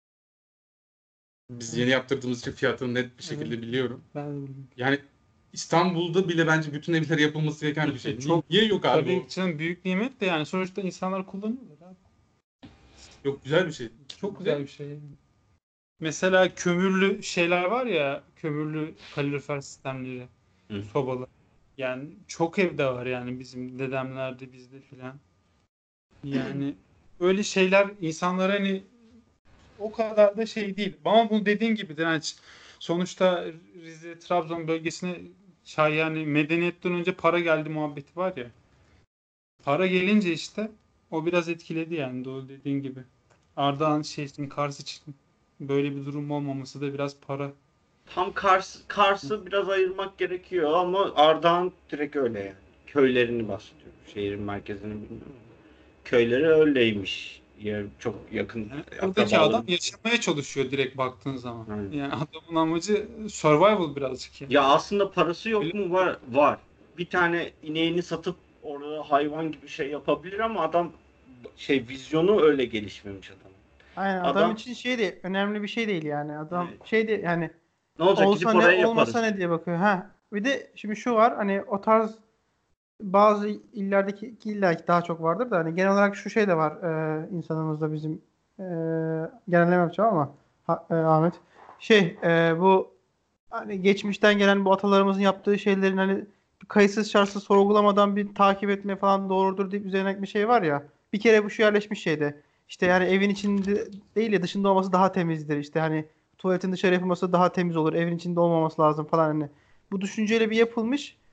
Speaker 5: Biz yeni yaptırdığımız için fiyatını net bir
Speaker 3: Evet.
Speaker 5: şekilde biliyorum.
Speaker 3: Ben
Speaker 5: Yani İstanbul'da bile bence bütün evlere yapılması gereken bir şey. Niye,
Speaker 3: çok
Speaker 5: niye yok abi
Speaker 3: tabii
Speaker 5: o?
Speaker 3: ki canım büyük nimet de yani sonuçta insanlar kullanıyorlar abi.
Speaker 5: Yok, güzel bir şey.
Speaker 3: Çok
Speaker 5: Bir de
Speaker 3: güzel bir şey. Yani. Mesela kömürlü şeyler var ya, kömürlü kalorifer sistemleri,
Speaker 1: hı.
Speaker 3: sobalar. Yani çok evde var yani bizim dedemlerde bizde filan. Yani öyle şeyler insanlar hani o kadar da şey değil. Ama bu dediğin gibi direnç. Sonuçta Rize, Trabzon bölgesine şay yani medeniyetten önce para geldi muhabbeti var ya. Para gelince işte o biraz etkiledi yani doğru dediğin gibi. Ardahan şey için Kars için böyle bir durum olmaması da biraz para.
Speaker 1: Tam Kars, Kars'ı biraz ayırmak gerekiyor ama Ardahan direkt öyle yani. Köylerini bahsediyorum. Şehrin merkezini bilmiyorum. Köyleri öyleymiş. Yer çok yakın
Speaker 3: Yani oradaki adam
Speaker 1: akrabalarım.
Speaker 3: yaşamaya çalışıyor direkt baktığın zaman.
Speaker 1: Yani.
Speaker 3: Yani adamın amacı survival birazcık yani.
Speaker 1: Ya aslında parası yok
Speaker 3: Öyle
Speaker 1: mu? Var. Var. Bir tane ineğini satıp orada hayvan gibi şey yapabilir ama adam şey vizyonu öyle gelişmemiş adam.
Speaker 4: Aynen adam
Speaker 1: Adam
Speaker 4: için şey de önemli bir şey değil yani. Adam
Speaker 1: evet,
Speaker 4: şey de yani
Speaker 1: ne olacak
Speaker 4: olsa
Speaker 1: gidip
Speaker 4: ne
Speaker 1: oraya
Speaker 4: olmasa
Speaker 1: yaparız.
Speaker 4: ne diye bakıyor. Ha. Bir de şimdi şu var hani o tarz bazı illerdeki ki illaki daha çok vardır da hani genel olarak şu şey de var e, insanımızda bizim e, genelleme yapacağım ama ha- e, Ahmet şey e, bu hani geçmişten gelen bu atalarımızın yaptığı şeylerin hani kayıtsız şartsız sorgulamadan bir takip etme falan doğrudur deyip üzerine bir şey var ya. Bir kere bu şu yerleşmiş şeyde. İşte yani evin içinde değil ya dışında olması daha temizdir. İşte hani tuvaletin dışarı yapılması daha temiz olur. Evin içinde olmaması lazım falan hani. Bu düşünceyle bir yapılmış.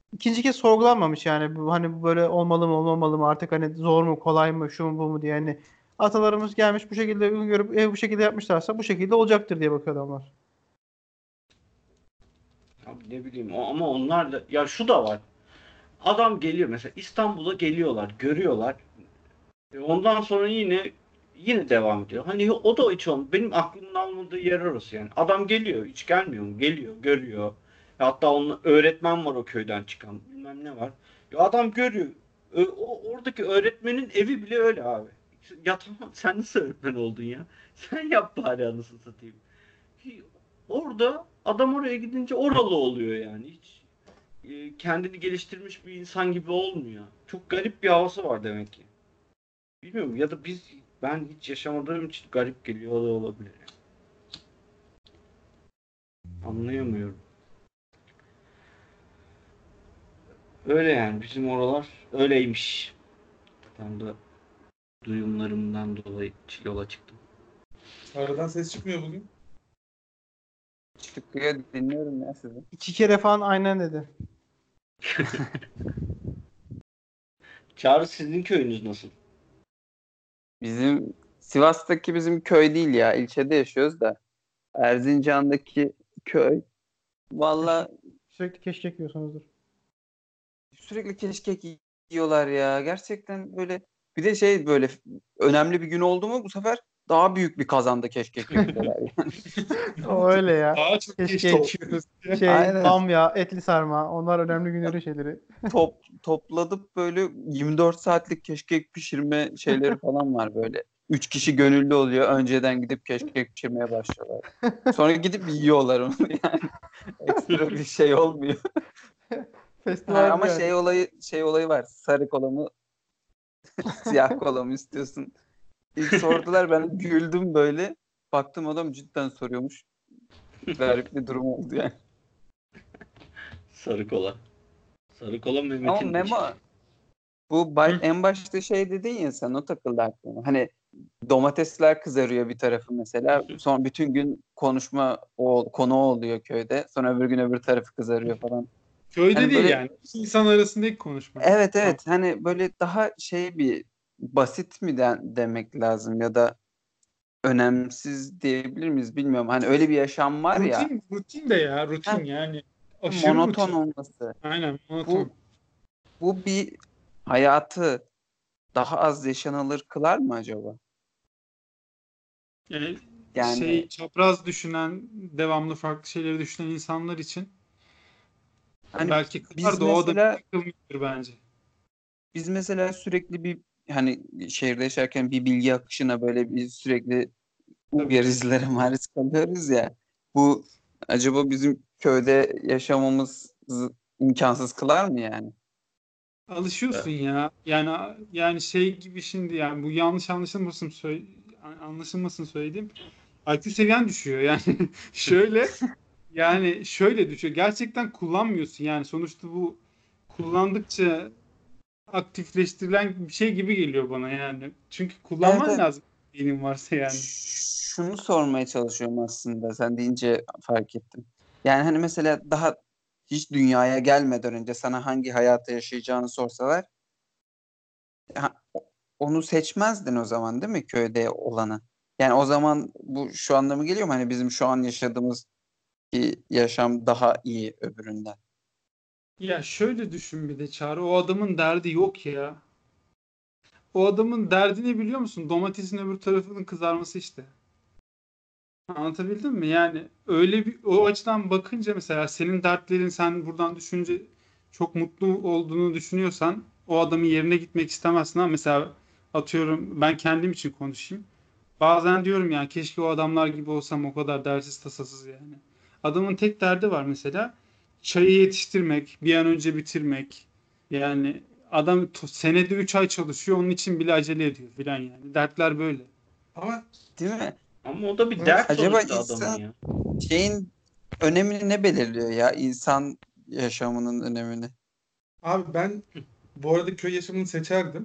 Speaker 4: ikinci kez sorgulanmamış yani. Bu, hani bu böyle olmalı mı olmamalı mı artık hani zor mu kolay mı şu mu bu mu diye hani atalarımız gelmiş bu şekilde uygun görüp ev bu şekilde yapmışlarsa bu şekilde olacaktır diye bakıyor adamlar.
Speaker 1: Abi ne bileyim o, ama onlar da ya şu da var. Adam geliyor mesela İstanbul'a geliyorlar, görüyorlar. E, Ondan sonra yine yine devam ediyor. Hani o da hiç olmuyor. Benim aklımın almadığı yer orası yani. Adam geliyor, hiç gelmiyor mu? Geliyor, görüyor. Hatta onun öğretmen var o köyden çıkan. Bilmem ne var. Ya adam görüyor. Ö- o, oradaki öğretmenin evi bile öyle abi. Ya tamam sen nasıl öğretmen oldun ya? Sen yap bari anasını satayım. Hi- Orada adam oraya gidince oralı oluyor yani. Hiç e, kendini geliştirmiş bir insan gibi olmuyor. Çok garip bir havası var demek ki. Bilmiyorum ya da biz ben hiç yaşamadığım için garip geliyor da olabilir. Yani. Anlayamıyorum. Öyle yani bizim oralar öyleymiş. Ben de duyumlarımdan dolayı yola çıktım.
Speaker 5: Aradan ses çıkmıyor bugün.
Speaker 2: Çıkıyor dinliyorum ya sizi.
Speaker 4: İki kere falan aynen dedi.
Speaker 1: Çağrı sizin köyünüz nasıl?
Speaker 2: Bizim Sivas'taki bizim köy değil ya. İlçede yaşıyoruz da. Erzincan'daki köy. Valla
Speaker 4: Sürekli keşkek yiyorsunuzdur.
Speaker 2: sürekli keşkek yiyorlar ya. Gerçekten böyle bir de şey böyle önemli bir gün oldu mu bu sefer daha büyük bir kazanda keşkek yapıyorlar yani.
Speaker 4: O öyle ya.
Speaker 5: Daha çok keşke
Speaker 4: Keşkek,
Speaker 5: içiyoruz.
Speaker 4: şey,
Speaker 2: Aynen.
Speaker 4: bamya, etli sarma. Onlar önemli günlerin şeyleri.
Speaker 2: Top, topladık böyle yirmi dört saatlik keşkek pişirme şeyleri falan var böyle. Üç kişi gönüllü oluyor. Önceden gidip keşkek pişirmeye başlıyorlar. Sonra gidip yiyorlar onu yani. Ekstra bir şey olmuyor. Ha,
Speaker 4: Festival
Speaker 2: ama
Speaker 4: yani.
Speaker 2: şey olayı şey olayı var. Sarı kola mı, siyah kola mı istiyorsun? İlk sordular ben güldüm böyle. Baktım adam cidden soruyormuş. Garip bir durum oldu yani.
Speaker 1: Sarı kola. Sarı kola
Speaker 2: Ama
Speaker 1: Mehmet'in
Speaker 2: Memo
Speaker 1: içi.
Speaker 2: bu baş, en başta şey dedin ya sen o takıldı aklıma. Hani domatesler kızarıyor bir tarafı mesela. Sonra bütün gün konuşma o konu oluyor köyde. Sonra öbür gün öbür tarafı kızarıyor falan.
Speaker 3: Köyde
Speaker 2: Hani
Speaker 3: değil
Speaker 2: böyle
Speaker 3: yani. İki insan arasındaki konuşma.
Speaker 2: evet
Speaker 3: Tamam.
Speaker 2: evet hani böyle daha şey bir basit mi de, demek lazım ya da önemsiz diyebilir miyiz bilmiyorum. Hani öyle bir yaşam var ya.
Speaker 3: Rutin, rutin de ya.
Speaker 2: Heh,
Speaker 3: Rutin yani. Aşırı
Speaker 2: monoton
Speaker 3: rutin.
Speaker 2: olması.
Speaker 3: Aynen monoton.
Speaker 2: Bu bu bir hayatı daha az yaşanılır kılar mı acaba?
Speaker 3: Yani
Speaker 2: Yani
Speaker 3: şey çapraz düşünen, devamlı farklı şeyleri düşünen insanlar için
Speaker 2: hani
Speaker 3: belki
Speaker 2: biz
Speaker 3: kılar da o da
Speaker 2: mesela
Speaker 3: bir kılmıştır bence.
Speaker 2: biz mesela sürekli bir hani şehirde yaşarken bir bilgi akışına böyle bir sürekli
Speaker 3: Tabii.
Speaker 2: uyarıcılara maruz kalıyoruz ya. Bu acaba bizim köyde yaşamamız imkansız kılar mı yani?
Speaker 3: Alışıyorsun ya. Yani yani şey gibi şimdi yani bu yanlış anlaşılmasın söyle anlaşılmasın söylediğim I Q seviyen düşüyor. Yani şöyle yani şöyle düşüyor. Gerçekten kullanmıyorsun. Yani sonuçta bu kullandıkça aktifleştirilen bir şey gibi geliyor bana yani. Çünkü
Speaker 2: Evet,
Speaker 3: kullanman
Speaker 2: evet.
Speaker 3: lazım benim varsa yani.
Speaker 2: Şunu sormaya çalışıyorum aslında. Sen deyince fark ettim. Yani hani mesela daha hiç dünyaya gelmeden önce sana hangi hayatı yaşayacağını sorsalar ha, onu seçmezdin o zaman değil mi köyde olanı? Yani o zaman bu şu anlamı geliyor mu? Hani bizim şu an yaşadığımız bir yaşam daha iyi öbüründen.
Speaker 3: Ya şöyle düşün bir de Çağrı. O adamın derdi yok ya. O adamın derdini biliyor musun? Domatesin öbür tarafının kızarması işte. Anlatabildim mi? Yani öyle bir o açıdan bakınca mesela senin dertlerin sen buradan düşünce çok mutlu olduğunu düşünüyorsan o adamın yerine gitmek istemezsin ama mesela atıyorum ben kendim için konuşayım. Bazen diyorum yani keşke o adamlar gibi olsam o kadar dersiz tasasız yani. Adamın tek derdi var mesela çayı yetiştirmek, bir an önce bitirmek. Yani adam to- senede üç ay çalışıyor onun için bile acele ediyor filan yani. Dertler böyle.
Speaker 5: Ama
Speaker 2: Değil mi?
Speaker 1: Ama o da bir
Speaker 4: Evet.
Speaker 1: dert
Speaker 2: Acaba
Speaker 1: sonuçta adamın
Speaker 2: insan
Speaker 1: ya.
Speaker 2: şeyin önemini ne belirliyor ya? İnsan yaşamının önemini.
Speaker 5: abi ben bu arada köy yaşamını seçerdim.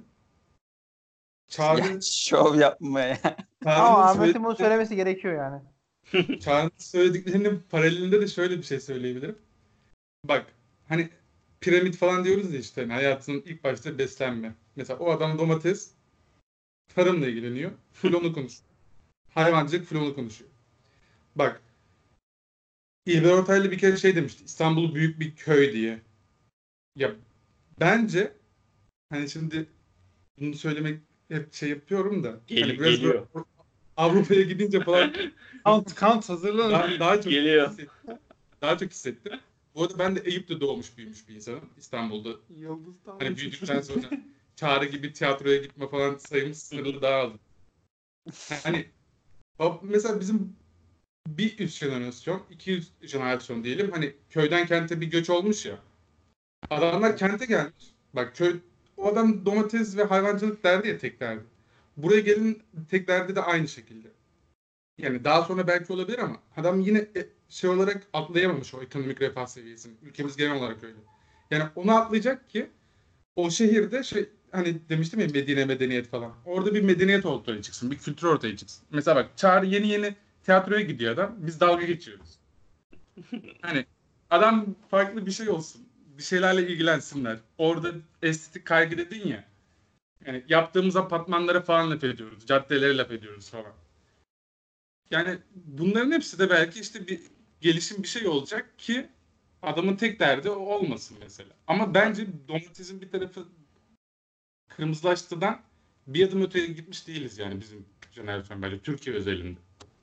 Speaker 2: Ya
Speaker 5: Çağrı,
Speaker 2: şov yapma ya.
Speaker 4: Ama
Speaker 5: Çağrı'nın
Speaker 4: Ahmet'in bunu
Speaker 5: söyledikleri,
Speaker 4: söylemesi gerekiyor yani.
Speaker 5: Çağrı'nın söylediklerinin paralelinde de şöyle bir şey söyleyebilirim. Bak hani piramit falan diyoruz ya işte hani hayatının ilk başta beslenme. Mesela o adam domates tarımla ilgileniyor. Full onu konuşuyor. Hayvancılık full onu konuşuyor. Bak İlber Ortaylı bir kere şey demişti. İstanbul büyük bir köy diye. Ya bence hani şimdi bunu söylemek hep şey yapıyorum da
Speaker 1: Gel-
Speaker 5: hani biraz böyle
Speaker 1: geliyor.
Speaker 5: Avrupa'ya gidince falan
Speaker 3: Kant, Kant hazırlanın.
Speaker 5: daha, daha çok
Speaker 1: Geliyor.
Speaker 5: hissettim. Daha çok hissettim. Bu arada ben de Eyüp'te doğmuş büyümüş bir insanım. İstanbul'da
Speaker 3: Yıldız'dan
Speaker 5: hani
Speaker 3: uçmuş.
Speaker 5: büyüdükten sonra Çağrı gibi tiyatroya gitme falan sayımız sınırlı dağıldı. Hani bab- mesela bizim bir üst jenerasyon, iki üst jenerasyon diyelim. Hani köyden kente bir göç olmuş ya. Adamlar kente gelmiş. Bak köy, o adam domates ve hayvancılık derdi ya tek derdi. Buraya gelin tek derdi de aynı şekilde. Yani daha sonra belki olabilir ama adam yine e, şey olarak atlayamamış o ekonomik refah seviyesini. Ülkemiz genel olarak öyle. Yani onu atlayacak ki o şehirde şey hani demiştim ya Medine medeniyet falan. Orada bir medeniyet ortaya çıksın. Bir kültür ortaya çıksın. Mesela bak Çağrı yeni yeni tiyatroya gidiyor adam. Biz dalga geçiyoruz. Hani adam farklı bir şey olsun. Bir şeylerle ilgilensinler. Orada estetik kaygı dedin ya. Yani yaptığımız apartmanlara falan laf ediyoruz. Caddelere laf ediyoruz falan. Yani bunların hepsi de belki işte bir gelişim bir şey olacak ki adamın tek derdi o olmasın mesela. Ama bence domatesin bir tarafı kırmızılaştıdan bir adım öteye gitmiş değiliz yani bizim jenerasyon bence Türkiye özelinde.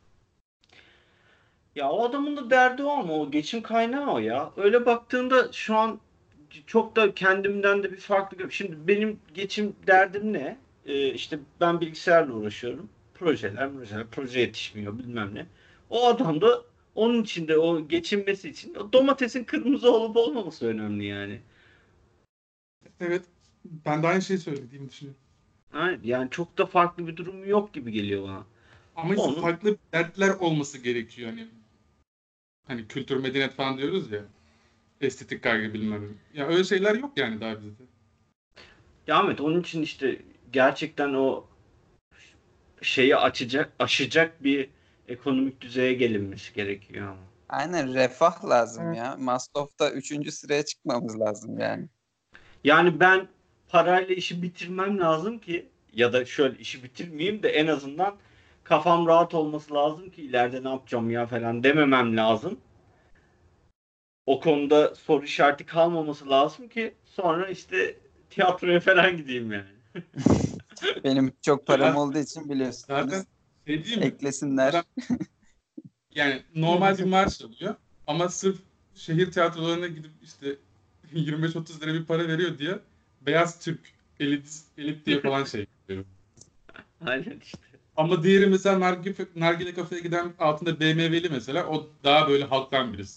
Speaker 1: Ya o adamın da derdi o ama o geçim kaynağı o ya. Öyle baktığında şu an çok da kendimden de bir farklı. gör- Şimdi benim geçim derdim ne? Ee, işte ben bilgisayarla uğraşıyorum. Projeler, projeler, proje yetişmiyor bilmem ne. O adam da onun içinde o geçinmesi için o domatesin kırmızı olup olmaması önemli yani.
Speaker 5: Evet. Ben de aynı şeyi söylediğimi düşünüyorum.
Speaker 1: Yani, yani çok da farklı bir durum yok gibi geliyor bana.
Speaker 5: Ama işte
Speaker 1: Onun
Speaker 5: farklı dertler olması gerekiyor hani. Hani kültür medeniyet falan diyoruz ya. Estetik kaygı bilmem ne. Ya öyle şeyler yok yani daha bizde.
Speaker 1: ya Ahmet onun için işte gerçekten o şeyi açacak, aşacak bir ekonomik düzeye gelinmesi gerekiyor ama.
Speaker 2: Aynen refah lazım
Speaker 4: Evet.
Speaker 2: ya. Maslow'da üçüncü sıraya çıkmamız lazım yani.
Speaker 1: Yani ben parayla işi bitirmem lazım ki ya da şöyle işi bitirmeyeyim de en azından kafam rahat olması lazım ki ileride ne yapacağım ya falan dememem lazım. O konuda soru işareti kalmaması lazım ki sonra işte tiyatroya falan gideyim yani.
Speaker 2: Benim çok param
Speaker 5: Zaten,
Speaker 2: olduğu için biliyorsunuz.
Speaker 5: zaten şey değil mi? Adam
Speaker 2: Eklesinler.
Speaker 5: yani normal bir maaş alıyor ama sırf şehir tiyatrolarına gidip işte yirmi beş otuz lira bir para veriyor diye beyaz Türk elit, elit diye falan şey yapıyor.
Speaker 1: Aynen işte.
Speaker 5: Ama diğeri mesela nargile, nargile kafeye giden altında B M W'li mesela o daha böyle halktan birisi.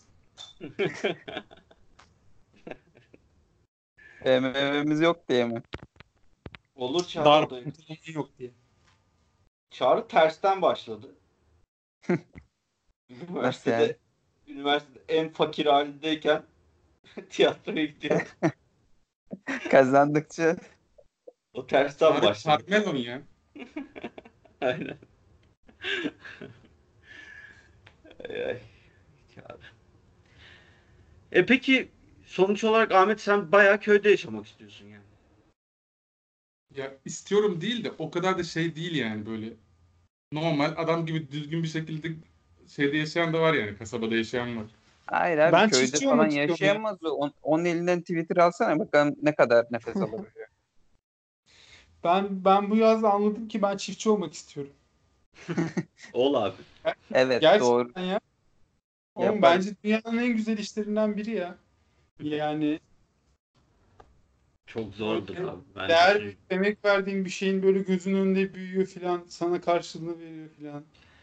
Speaker 2: B M W'miz yok diye mi?
Speaker 1: Olur Çağrı o
Speaker 3: Darp
Speaker 1: da.
Speaker 3: yok diye.
Speaker 1: Çağrı tersten başladı.
Speaker 2: Nasıl yani?
Speaker 1: Üniversitede üniversitede en fakir halindeyken tiyatroya gidiyordu.
Speaker 2: Kazandıkça
Speaker 1: O tersten
Speaker 5: Çağrı
Speaker 1: başladı.
Speaker 5: Carmelon ya.
Speaker 1: Aynen. Ay, ay. Çağrı. E peki sonuç olarak Ahmet sen bayağı köyde yaşamak istiyorsun yani.
Speaker 5: Ya istiyorum değil de o kadar da şey değil yani böyle normal adam gibi düzgün bir şekilde şeyde yaşayan da var yani kasabada yaşayan var.
Speaker 2: hayır abi
Speaker 3: Ben
Speaker 2: köyde
Speaker 3: çiftçi
Speaker 2: falan
Speaker 3: olmak istiyorum ya.
Speaker 2: yaşayamaz o. On- Onun elinden Twitter alsana bakalım ne kadar nefes alabiliyor.
Speaker 3: Ben ben bu yaz anladım ki ben çiftçi olmak istiyorum.
Speaker 1: Ol abi.
Speaker 2: Evet doğru
Speaker 3: Gerçekten ya. Oğlum bence
Speaker 2: yaparız.
Speaker 3: dünyanın en güzel işlerinden biri ya. Yani
Speaker 1: Çok zordur
Speaker 3: böyle
Speaker 1: abi. Ben de
Speaker 3: değer
Speaker 1: şey.
Speaker 3: verip emek verdiğin bir şeyin böyle gözünün önünde büyüyor filan, sana karşılığını veriyor filan.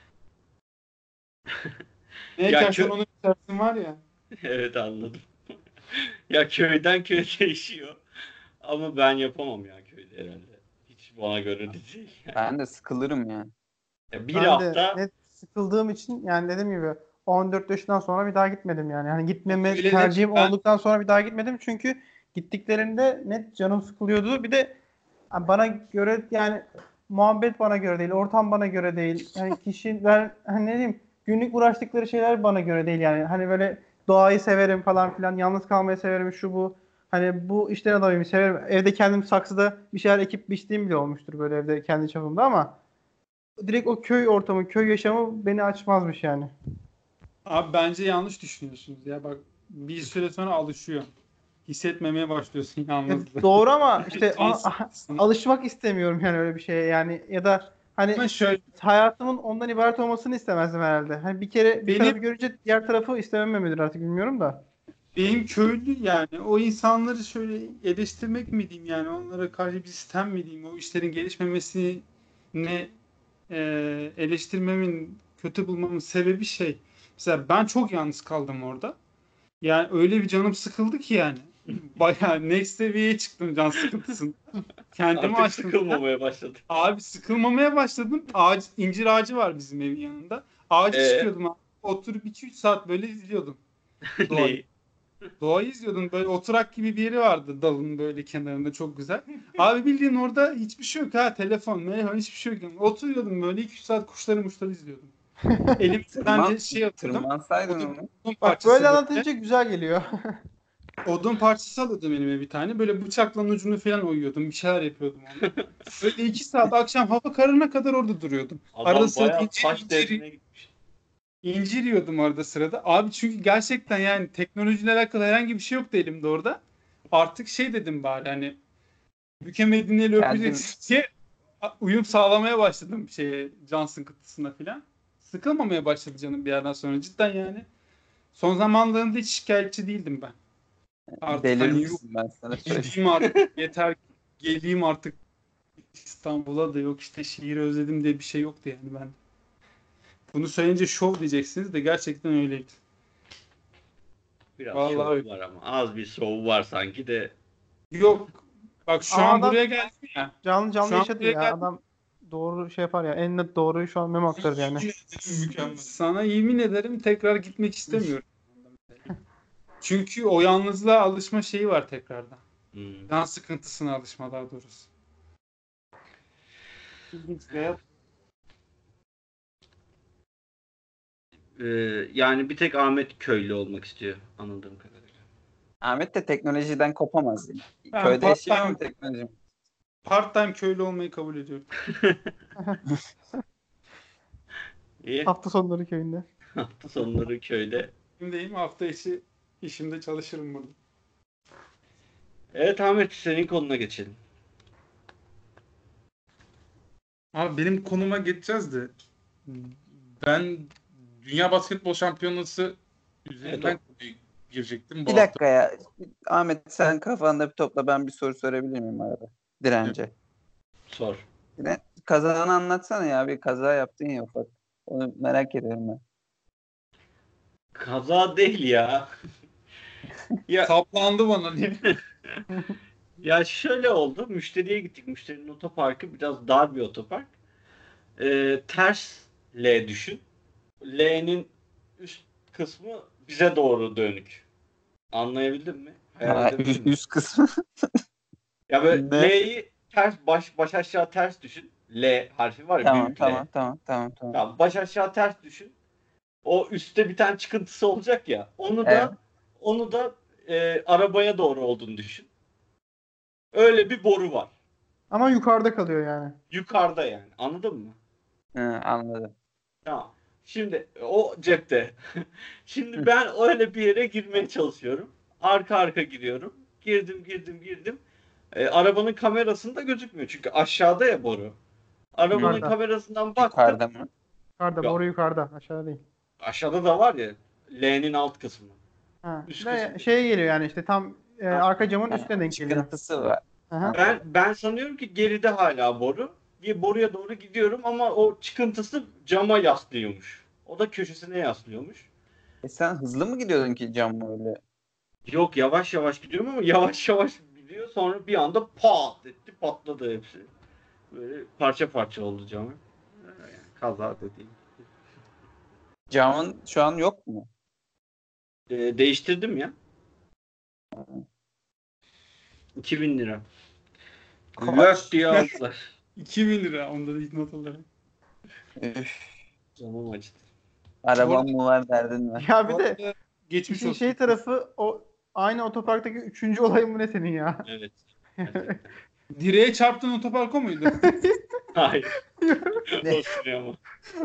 Speaker 3: Ne
Speaker 1: Ya
Speaker 3: ekersen
Speaker 1: kö
Speaker 3: onu biçersin var ya.
Speaker 1: evet anladım. Ya köyden köye değişiyor. Ama ben yapamam ya köyde herhalde. Hiç bana göre de değil yani.
Speaker 2: Ben de sıkılırım yani.
Speaker 1: Ya bir
Speaker 4: Ben de
Speaker 1: hafta
Speaker 4: net sıkıldığım için yani dediğim gibi on dört yaşından sonra bir daha gitmedim yani. Hani gitmeme
Speaker 5: Öyle de
Speaker 4: tercihim
Speaker 5: ben
Speaker 4: olduktan sonra bir daha gitmedim çünkü gittiklerinde net canım sıkılıyordu. Bir de hani bana göre yani muhabbet bana göre değil, ortam bana göre değil. Yani kişiler hani ne diyeyim günlük uğraştıkları şeyler bana göre değil yani. Hani böyle doğayı severim falan filan, yalnız kalmayı severim şu bu. Hani bu işlerin adamıyım, severim. Evde kendim saksıda bir şeyler ekip biçtiğim bile olmuştur böyle evde kendi çapımda ama direkt o köy ortamı, köy yaşamı beni açmazmış yani.
Speaker 3: Abi bence yanlış düşünüyorsunuz ya. Bak bir süre sonra alışıyor. Hissetmemeye başlıyorsun
Speaker 4: Ya
Speaker 3: yalnızlığı.
Speaker 4: doğru ama işte
Speaker 3: Can
Speaker 4: a- a-
Speaker 3: sıkıntısını.
Speaker 4: alışmak istemiyorum yani öyle bir şeye yani ya da hani
Speaker 3: Ama şöyle
Speaker 4: hayatımın ondan ibaret olmasını istemezdim herhalde. Hani bir kere bir
Speaker 3: benim
Speaker 4: tarafı görünce diğer tarafı istemem midir artık bilmiyorum da.
Speaker 3: benim köylü yani o insanları şöyle eleştirmek mi diyeyim yani onlara karşı bir sitem mi diyeyim o işlerin gelişmemesini ne e, eleştirmemin kötü bulmamın sebebi şey. Mesela ben çok yalnız kaldım orada. Yani öyle bir canım sıkıldı ki yani. Bayağı next seviyeye çıktım can sıkıntısında. Kendimi
Speaker 1: Artık
Speaker 3: açtım.
Speaker 1: sıkılmamaya başladı.
Speaker 3: Abi sıkılmamaya başladım. Ağaç, incir ağacı var bizim evin yanında. Ağaca
Speaker 1: Ee,
Speaker 3: çıkıyordum abi. Oturup iki üç saat böyle izliyordum doğayı.
Speaker 1: neyi?
Speaker 3: Doğayı izliyordum. Böyle oturak gibi bir yeri vardı dalın böyle kenarında çok güzel. Abi bildiğin orada hiçbir şey yok ha. Telefon, telefon hiçbir şey yok. Oturuyordum böyle iki üç saat kuşları muşları izliyordum. Elimden
Speaker 2: Tırman,
Speaker 3: de şey atıyordum.
Speaker 2: tırmansaydın
Speaker 3: Odun,
Speaker 2: onu.
Speaker 3: odun
Speaker 4: Bak böyle
Speaker 3: parçası böyle.
Speaker 4: anlatınca güzel geliyor.
Speaker 3: Odun parçası alıyordum elime bir tane. Böyle bıçakla ucunu falan oyuyordum. Bir şeyler yapıyordum onunla. Böyle iki saat akşam hava kararına kadar orada duruyordum. Arada
Speaker 1: Adam
Speaker 3: sırada
Speaker 1: bayağı
Speaker 3: incir,
Speaker 1: taş
Speaker 3: incir,
Speaker 1: devrine gitmiş.
Speaker 3: incir yiyordum arada sırada. Abi çünkü gerçekten yani teknolojiyle alakalı herhangi bir şey yoktu elimde orada. Artık şey dedim bari hani bükemediğin eli
Speaker 2: Kendim
Speaker 3: öpeceksin diye uyum sağlamaya başladım şeye can sıkıntısına falan. Sıkılmamaya başladı canım bir yerden sonra cidden yani. Son zamanlarında hiç şikayetçi değildim ben. Artık hani yok
Speaker 2: delirmişsin ben sana söyleyeyim.
Speaker 3: gideyim artık yeter geleyim artık İstanbul'a da yok işte şehir özledim diye bir şey yoktu yani ben. Bunu söyleyince şov diyeceksiniz de gerçekten öyleydi.
Speaker 1: Biraz
Speaker 3: Vallahi
Speaker 1: şov
Speaker 3: öyle.
Speaker 1: var ama. Az bir şov var sanki de.
Speaker 3: Yok bak şu
Speaker 4: Ama
Speaker 3: an
Speaker 4: adam
Speaker 3: buraya geldim ya.
Speaker 4: canlı canlı
Speaker 3: Şu an
Speaker 4: yaşadı
Speaker 3: buraya
Speaker 4: ya.
Speaker 3: geldim.
Speaker 4: Adam doğru şey yapar ya. En net doğruyu şu an memo aktarır yani.
Speaker 5: Yemin ederim mükemmel.
Speaker 3: Sana yemin ederim tekrar gitmek istemiyorum. Çünkü o yalnızlığa alışma şeyi var tekrardan.
Speaker 1: Hmm.
Speaker 3: Can sıkıntısına alışma daha doğrusu.
Speaker 1: Ee, yani bir tek Ahmet köylü olmak istiyor anladığım kadarıyla.
Speaker 2: Ahmet de teknolojiden kopamaz yine.
Speaker 3: Ben
Speaker 2: Köyde yaşıyor
Speaker 3: part-time,
Speaker 2: ama teknoloji.
Speaker 3: part-time köylü olmayı kabul ediyorum.
Speaker 1: İyi.
Speaker 4: Hafta sonları köyünde.
Speaker 1: Hafta sonları köyde.
Speaker 3: Şimdiyim hafta içi işimde çalışırım burada.
Speaker 1: Evet Ahmet senin konuna geçelim.
Speaker 5: Abi benim konuma geçeceğiz de ben Dünya Basketbol Şampiyonası üzerinden girecektim bu
Speaker 2: Bir
Speaker 5: hafta.
Speaker 2: dakika ya. Ahmet sen kafanda bir topla, ben bir soru sorabilir miyim arada? Dirence.
Speaker 1: Sor.
Speaker 2: Yine kazanı anlatsana ya. Bir kaza yaptın ya ufak. Onu merak ediyorum ben.
Speaker 1: Kaza değil ya. Ya
Speaker 3: Saplandı bana diye.
Speaker 1: ya şöyle oldu. Müşteriye gittik. Müşterinin otoparkı biraz dar bir otopark. Ee, ters L düşün. L'nin üst kısmı bize doğru dönük. Anlayabildin mi? Hayal
Speaker 2: Ha,
Speaker 1: edebildin
Speaker 2: üst,
Speaker 1: mi?
Speaker 2: üst kısmı.
Speaker 1: Ya böyle
Speaker 2: Ne?
Speaker 1: L'yi ters baş baş aşağı ters düşün. L harfi var ya,
Speaker 2: Tamam
Speaker 1: büyük
Speaker 2: tamam
Speaker 1: L.
Speaker 2: tamam tamam tamam.
Speaker 1: Tamam, baş aşağı ters düşün. O üstte bir tane çıkıntısı olacak ya. Onu
Speaker 2: Evet.
Speaker 1: da onu da e, arabaya doğru olduğunu düşün. Öyle bir boru var.
Speaker 4: Ama yukarıda kalıyor yani.
Speaker 1: Yukarıda yani. Anladın mı?
Speaker 2: Hı, anladım.
Speaker 1: Tamam. Şimdi o cepte. Şimdi ben öyle bir yere girmeye çalışıyorum. Arka arka giriyorum. Girdim girdim girdim. E, arabanın kamerasında gözükmüyor. Çünkü aşağıda ya boru. Arabanın
Speaker 4: Yukarıda.
Speaker 1: kamerasından baktım.
Speaker 2: Yukarıda mı?
Speaker 4: Yukarıda.
Speaker 1: Yok.
Speaker 4: Boru yukarıda. Aşağıda değil.
Speaker 1: Aşağıda da var ya. L'nin alt kısmı.
Speaker 4: Ha.
Speaker 1: Üst
Speaker 4: Ve
Speaker 1: kısmı.
Speaker 4: şeye geliyor yani işte tam e, arka camın
Speaker 2: Ha,
Speaker 4: üstüne denk geliyor.
Speaker 2: çıkıntısı var.
Speaker 4: Aha.
Speaker 1: Ben ben sanıyorum ki geride hala boru. Bir boruya doğru gidiyorum ama o çıkıntısı cama yaslıyormuş. O da köşesine yaslıyormuş.
Speaker 2: E sen hızlı mı gidiyordun ki cam öyle?
Speaker 1: Yok, yavaş yavaş gidiyorum ama yavaş yavaş gidiyor, sonra bir anda pat etti, patladı hepsi. Böyle parça parça oldu camı. Yani kaza dediğim.
Speaker 2: Camın şu an yok mu?
Speaker 1: Ee, değiştirdim ya. iki bin lira. Lök diye aldılar.
Speaker 3: iki bin lira onda da not olarak.
Speaker 2: Üf,
Speaker 1: Canım acıdı.
Speaker 2: arabam mı var derdin var.
Speaker 4: Ya bir
Speaker 3: Bu
Speaker 4: de
Speaker 3: arada geçmiş
Speaker 4: işin
Speaker 3: olsun.
Speaker 4: şey tarafı o aynı otoparktaki üçüncü olayın mı ne senin ya?
Speaker 1: Evet. Gerçekten.
Speaker 3: Direğe çarptığın otopark o muydu?
Speaker 1: Hayır.
Speaker 2: Ne?
Speaker 1: O sinema.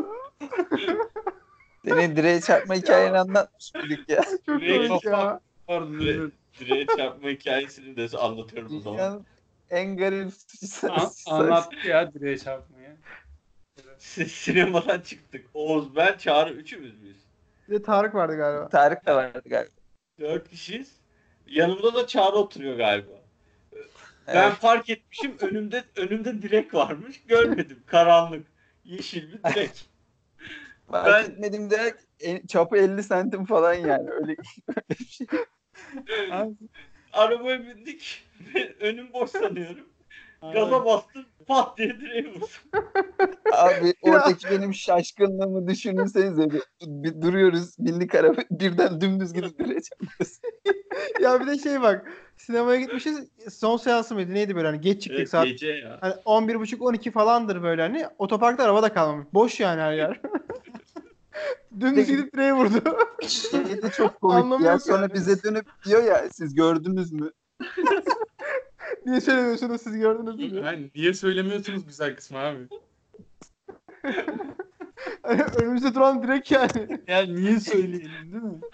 Speaker 2: Senin direğe çarpma hikayeni anlatmış mıydık ya?
Speaker 4: Çok
Speaker 1: Direkt
Speaker 4: komik ya.
Speaker 3: Pardon.
Speaker 1: Dire
Speaker 3: özür
Speaker 1: direğe çarpma hikayesini de anlatıyorum o zaman.
Speaker 2: Dünyanın en garip
Speaker 3: dilerim. An- anlattı ya direğe çarpmayı.
Speaker 1: Sinemadan çıktık. Oğuz, ben, Çağrı üçümüz müyüz?
Speaker 4: Bir de Tarık vardı galiba.
Speaker 2: Tarık da vardı galiba.
Speaker 1: Dört kişiyiz. Yanımda da Çağrı oturuyor galiba. Ben
Speaker 2: Evet.
Speaker 1: fark etmişim, önümde önümde direk varmış. Görmedim. Karanlık. Yeşil bir direk.
Speaker 2: Fark
Speaker 1: Ben-
Speaker 2: etmedim de en- çapı elli santim falan yani. Öyle, öyle bir şey.
Speaker 3: Abi,
Speaker 1: Arabaya bindik. Önüm boş sanıyorum.
Speaker 3: abi.
Speaker 1: Gaza bastım. Pat diye direğe vurdum.
Speaker 2: Abi oradaki benim şaşkınlığımı düşünürsenize bir, bir duruyoruz binlik araba birden dümdüz gidip direğe çarpıyoruz.
Speaker 4: Ya bir de şey bak. Sinemaya gitmişiz. Son seansı mıydı? Neydi böyle hani geç çıktık
Speaker 1: Evet,
Speaker 4: saat.
Speaker 1: gece ya.
Speaker 4: Hani on bir buçuk on iki falandır böyle hani. Otoparkta araba da kalmamış. Boş yani her yer. Dümdüz gidip direğe vurdu.
Speaker 2: Şey de çok komik
Speaker 4: Anlamı
Speaker 2: ya.
Speaker 4: yok
Speaker 2: Sonra
Speaker 4: yani.
Speaker 2: bize dönüp diyor ya siz gördünüz mü?
Speaker 4: Niye söylemiyorsunuz siz gördünüz mü? diyor.
Speaker 5: Yani niye söylemiyorsunuz güzel kısmı abi?
Speaker 4: Hani önümüzde duran direk yani.
Speaker 3: Ya niye söyleyelim değil mi?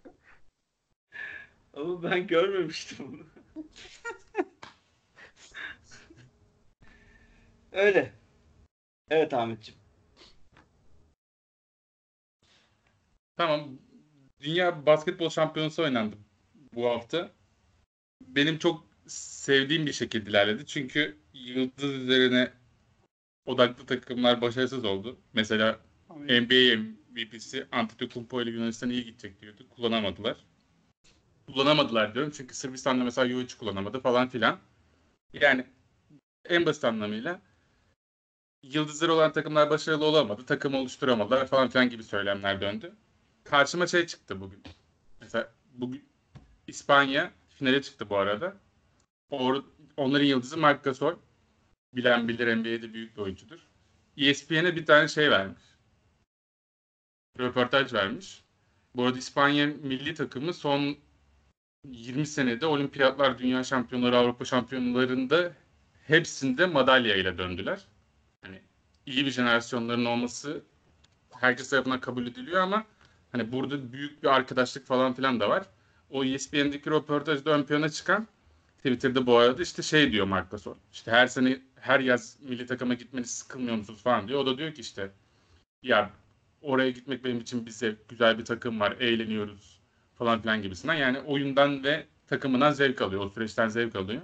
Speaker 1: Ama ben görmemiştim bunu. Öyle. Evet Ahmetciğim.
Speaker 5: Tamam. Dünya Basketbol Şampiyonası oynandı bu hafta. Benim çok sevdiğim bir şekilde ilerledi. Çünkü yıldız üzerine odaklı takımlar başarısız oldu. Mesela N B A M V P'si Antetokounmpo ile Yunanistan iyi gidecek diyordu. Kullanamadılar. Kullanamadılar diyorum çünkü Sırbistan'da mesela Jovic kullanamadı falan filan. Yani en basit anlamıyla yıldızları olan takımlar başarılı olamadı. Takım oluşturamadılar falan filan gibi söylemler döndü. Karşıma şey çıktı bugün. Mesela bugün İspanya finale çıktı bu arada. Or- onların yıldızı Marc Gasol. Bilen bilir N B A'de büyük bir oyuncudur. E S P N'e bir tane şey vermiş. Röportaj vermiş. Bu arada İspanya milli takımı son yirmi senede olimpiyatlar, dünya şampiyonları, Avrupa şampiyonlarında hepsinde madalya ile döndüler. Hani iyi bir jenerasyonların olması herkes tarafından kabul ediliyor ama hani burada büyük bir arkadaşlık falan filan da var. O E S P N'deki röportajda ön plana çıkan Twitter'da bu arada işte şey diyor Marc Gasol. İşte her sene her yaz milli takıma gitmeniz sıkılmıyor musunuz falan diyor. O da diyor ki işte ya oraya gitmek benim için bir zevk, güzel bir takım var, eğleniyoruz falan filan gibisinden. Yani oyundan ve takımından zevk alıyor, o süreçten zevk alıyor.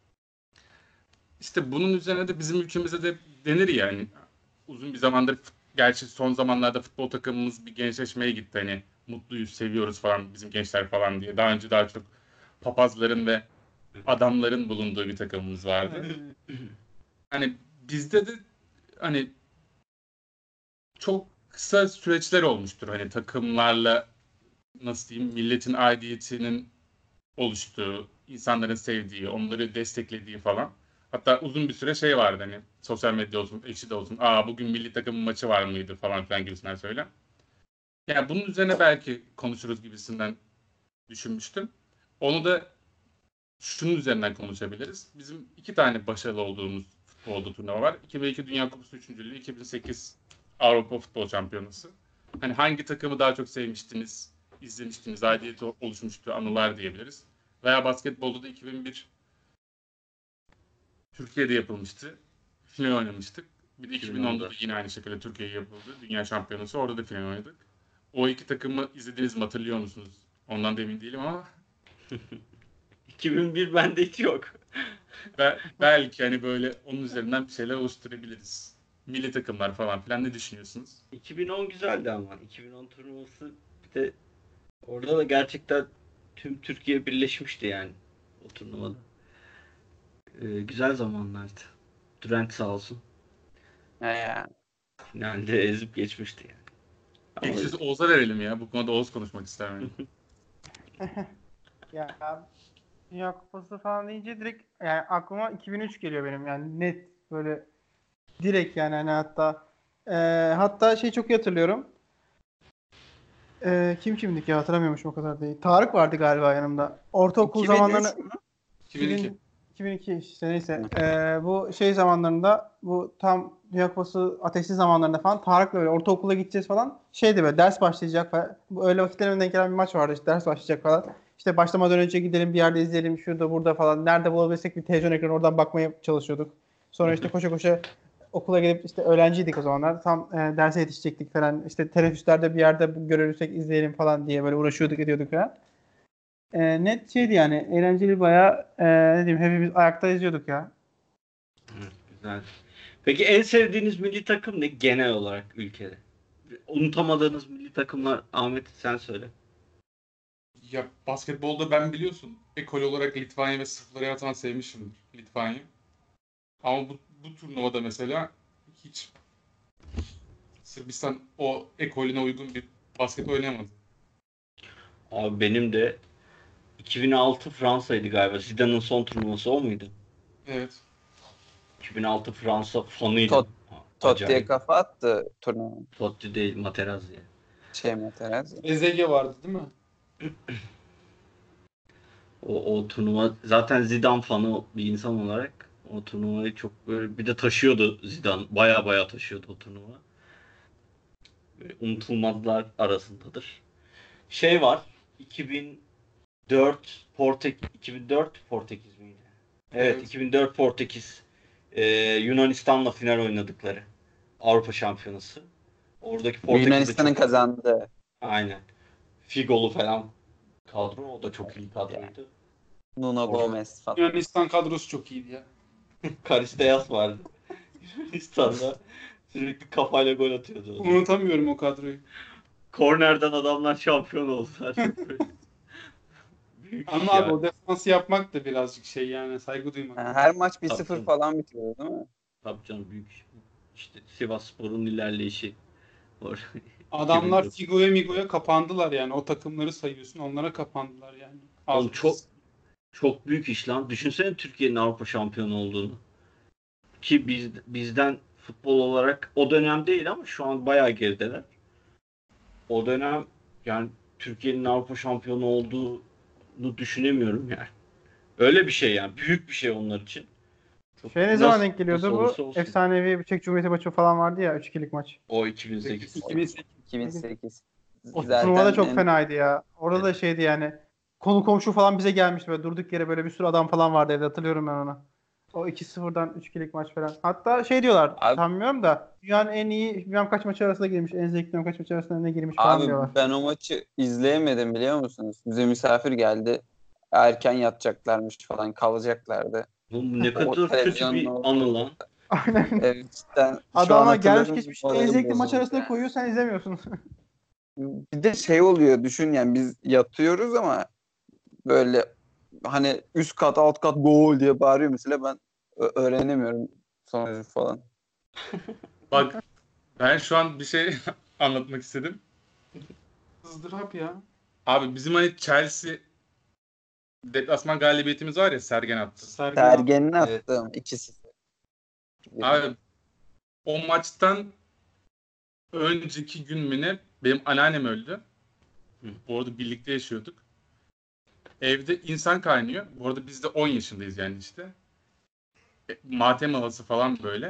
Speaker 5: İşte bunun üzerine de bizim ülkemizde de denir yani uzun bir zamandır, gerçi son zamanlarda futbol takımımız bir gençleşmeye gitti. Hani mutluyuz, seviyoruz falan bizim gençler falan diye. Daha önce daha çok papazların ve adamların bulunduğu bir takımımız vardı. Hani bizde de hani çok kısa süreçler olmuştur. Hani takımlarla nasıl diyeyim milletin aidiyetinin oluştuğu, insanların sevdiği, onları desteklediği falan. Hatta uzun bir süre şey vardı hani sosyal medya olsun, ekşi de olsun. Aa bugün milli takımın maçı var mıydı falan filan gibisinden söyle. Yani bunun üzerine belki konuşuruz gibisinden düşünmüştüm. Onu da şunun üzerinden konuşabiliriz. Bizim iki tane başarılı olduğumuz futbolda turnuva var. iki bin iki Dünya Kupası üçüncülüğü, iki bin sekiz Avrupa Futbol Şampiyonası. Hani hangi takımı daha çok sevmiştiniz, izlemiştiniz, aidiyeti oluşmuştu, anılar diyebiliriz. Veya basketbolda da iki bin bir Türkiye'de yapılmıştı. Final oynamıştık. Bir de iki bin onda da yine aynı şekilde Türkiye'ye yapıldı. Dünya Şampiyonası. Orada da final oynadık. O iki takımı izlediniz mi, hatırlıyor musunuz? Ondan da emin değilim ama
Speaker 1: iki bin bir bende hiç yok.
Speaker 5: be- belki hani böyle onun üzerinden bir şeyler oluşturabiliriz. Milli takımlar falan filan ne düşünüyorsunuz?
Speaker 1: iki bin on güzeldi ama. iki bin on turnuvası bir de orada da gerçekten tüm Türkiye birleşmişti yani o turnuvada. Ee, güzel zamanlardı. Durant sağ olsun.
Speaker 2: He ya.
Speaker 1: Finalde ezip geçmişti yani. Ama
Speaker 5: İlk sözü Oğuz'a verelim ya. Bu konuda Oğuz konuşmak ister mi?
Speaker 4: Ya Dünya Kupası falan deyince direkt yani aklıma iki bin üç geliyor benim yani net böyle direkt yani hani hatta Ee, hatta şey çok iyi hatırlıyorum. Ee, kim kimdik ya hatırlamıyormuşum o kadar değil. Tarık vardı galiba yanımda. Ortaokul
Speaker 2: iki bin üç
Speaker 4: zamanlarını
Speaker 2: mü?
Speaker 5: iki bin iki.
Speaker 4: iki bin iki işte neyse. Ee, bu şey zamanlarında bu tam Dünya Kupası ateşli zamanlarında falan Tarık'la böyle ortaokula gideceğiz falan. Şeydi böyle ders başlayacak falan. Bu öyle vakitlerime denk gelen bir maç vardı işte ders başlayacak falan. İşte başlamadan önce gidelim bir yerde izleyelim şurada burada falan. Nerede bulabilirsek bir televizyon ekranı oradan bakmaya çalışıyorduk. Sonra işte koşa koşa okula gidip işte öğrenciydik o zamanlar. Tam e, derse yetişecektik falan. İşte teneffüslerde bir yerde görürsek izleyelim falan diye böyle uğraşıyorduk ediyorduk falan. E, net şeydi yani eğlenceli bayağı e, ne diyeyim hepimiz ayakta izliyorduk ya.
Speaker 1: Evet, güzel. Peki en sevdiğiniz milli takım ne genel olarak ülkede? Unutamadığınız milli takımlar Ahmet sen söyle.
Speaker 5: Ya basketbolda ben biliyorsun ekol olarak Litvanya ve Sırpları atan sevmişimdir Litvanya. Ama bu, bu turnuvada mesela hiç Sırbistan o ekolüne uygun bir basket oynayamadı.
Speaker 1: Abi benim de iki bin altı Fransa'ydı galiba. Zidane'ın son turnuvası o muydu?
Speaker 5: Evet.
Speaker 1: iki bin altı Fransa
Speaker 2: Tot,
Speaker 1: fanıydım.
Speaker 2: Totti'ye
Speaker 1: Acayip.
Speaker 2: kafa attı turnuva.
Speaker 1: Totti değil Materazzi.
Speaker 2: Şey Materazzi.
Speaker 3: Ezege vardı değil mi?
Speaker 1: O, o turnuva zaten Zidane fanı bir insan olarak o turnuvayı çok böyle bir de taşıyordu Zidane. Baya baya taşıyordu o turnuva. Böyle unutulmazlar arasındadır. Şey var. iki bin dört Portek iki bin dört Portekiz miydi? Evet,
Speaker 5: Evet.
Speaker 1: iki bin dört Portekiz e, Yunanistan'la final oynadıkları Avrupa Şampiyonası. Oradaki Portekiz'de
Speaker 2: Yunanistan'ın
Speaker 1: çok
Speaker 2: kazandı.
Speaker 1: aynen. Figolu falan kadro. O da çok iyi
Speaker 2: Yani
Speaker 1: kadroydu.
Speaker 2: Nuno
Speaker 1: Orada
Speaker 2: Gomez falan.
Speaker 3: Yunanistan kadrosu çok iyiydi ya.
Speaker 1: Karisteas vardı. Yunanistan'da sürekli kafayla gol atıyordu o zaman.
Speaker 3: Unutamıyorum o kadroyu.
Speaker 1: Kornerden adamlar şampiyon oldular. Böyle büyük
Speaker 3: Ama
Speaker 1: iş
Speaker 3: abi
Speaker 1: ya.
Speaker 3: o defansı yapmak da birazcık şey yani saygı duymak
Speaker 2: Ha,
Speaker 3: lazım.
Speaker 2: her maç bir
Speaker 1: Tabii
Speaker 2: sıfır
Speaker 1: canım.
Speaker 2: falan bitiyordu değil mi?
Speaker 1: Tabii canım büyük iş. İşte Sivasspor'un ilerleyişi var.
Speaker 3: Adamlar
Speaker 1: iki bin dört.
Speaker 3: Figo'ya Migo'ya kapandılar yani. O takımları sayıyorsun. Onlara kapandılar yani.
Speaker 1: Oğlum
Speaker 3: Az
Speaker 1: çok
Speaker 3: buz.
Speaker 1: çok büyük iş lan. Düşünsene Türkiye'nin Avrupa şampiyonu olduğunu. Ki biz bizden futbol olarak o dönem değil ama şu an bayağı gerideler. O dönem yani Türkiye'nin Avrupa şampiyonu olduğunu düşünemiyorum yani. Öyle bir şey yani. Büyük bir şey onlar için. Çok
Speaker 4: Şey ne zaman
Speaker 1: nasıl
Speaker 4: denk
Speaker 1: nasıl
Speaker 4: geliyordu bu?
Speaker 1: olursa olsun.
Speaker 4: Efsanevi bir Çek Cumhuriyeti maçı falan vardı ya üç ikilik maç.
Speaker 1: O iki bin sekiz.
Speaker 3: iki bin sekiz.
Speaker 2: iki bin sekiz.
Speaker 4: O turnuvada
Speaker 2: Zaten
Speaker 4: çok
Speaker 2: en
Speaker 4: fenaydı ya. Orada da şeydi yani. Konu komşu falan bize gelmişti böyle durduk yere böyle bir sürü adam falan vardı evde hatırlıyorum ben onu. O iki sıfırdan üç ikilik maç falan. Hatta şey diyorlar
Speaker 2: abi,
Speaker 4: tam bilmiyorum da dünyanın en iyi bilmem kaç maçı arasında girmiş. En zevkli bilmem kaç maçı arasında ne girmiş falan
Speaker 2: abi
Speaker 4: diyorlar.
Speaker 2: ben o maçı izleyemedim biliyor musunuz? Bize misafir geldi. Erken yatacaklarmış falan kalacaklardı.
Speaker 1: Bu ne
Speaker 2: O
Speaker 1: kadar kötü
Speaker 2: televizyonun
Speaker 1: bir anı
Speaker 2: orada.
Speaker 1: lan.
Speaker 4: Aynen.
Speaker 2: Evet, cidden şu an
Speaker 4: Adamlar gelmiş
Speaker 2: hatırlıyorum
Speaker 4: geçmiş en
Speaker 2: moralim
Speaker 4: zevkli maç
Speaker 2: bozuldu
Speaker 4: arasında
Speaker 2: yani.
Speaker 4: koyuyor sen izlemiyorsun.
Speaker 2: Bir de şey oluyor düşün yani biz yatıyoruz ama böyle hani üst kat alt kat gol diye bağırıyor mesela ben ö- öğrenemiyorum sonucu falan.
Speaker 5: Bak ben şu an bir şey anlatmak istedim.
Speaker 3: ızdırap ya.
Speaker 5: Abi bizim hani Chelsea deplasman galibiyetimiz var ya Sergen attı.
Speaker 3: Sergen attı.
Speaker 2: Sergen'in
Speaker 1: Evet.
Speaker 2: attığım iki sıfır.
Speaker 5: Abi o maçtan önceki gün mü ne benim anneannem öldü.
Speaker 1: Hı.
Speaker 5: Bu arada birlikte yaşıyorduk. Evde insan kaynıyor. Bu arada biz de on yaşındayız yani işte. E, matem havası falan böyle.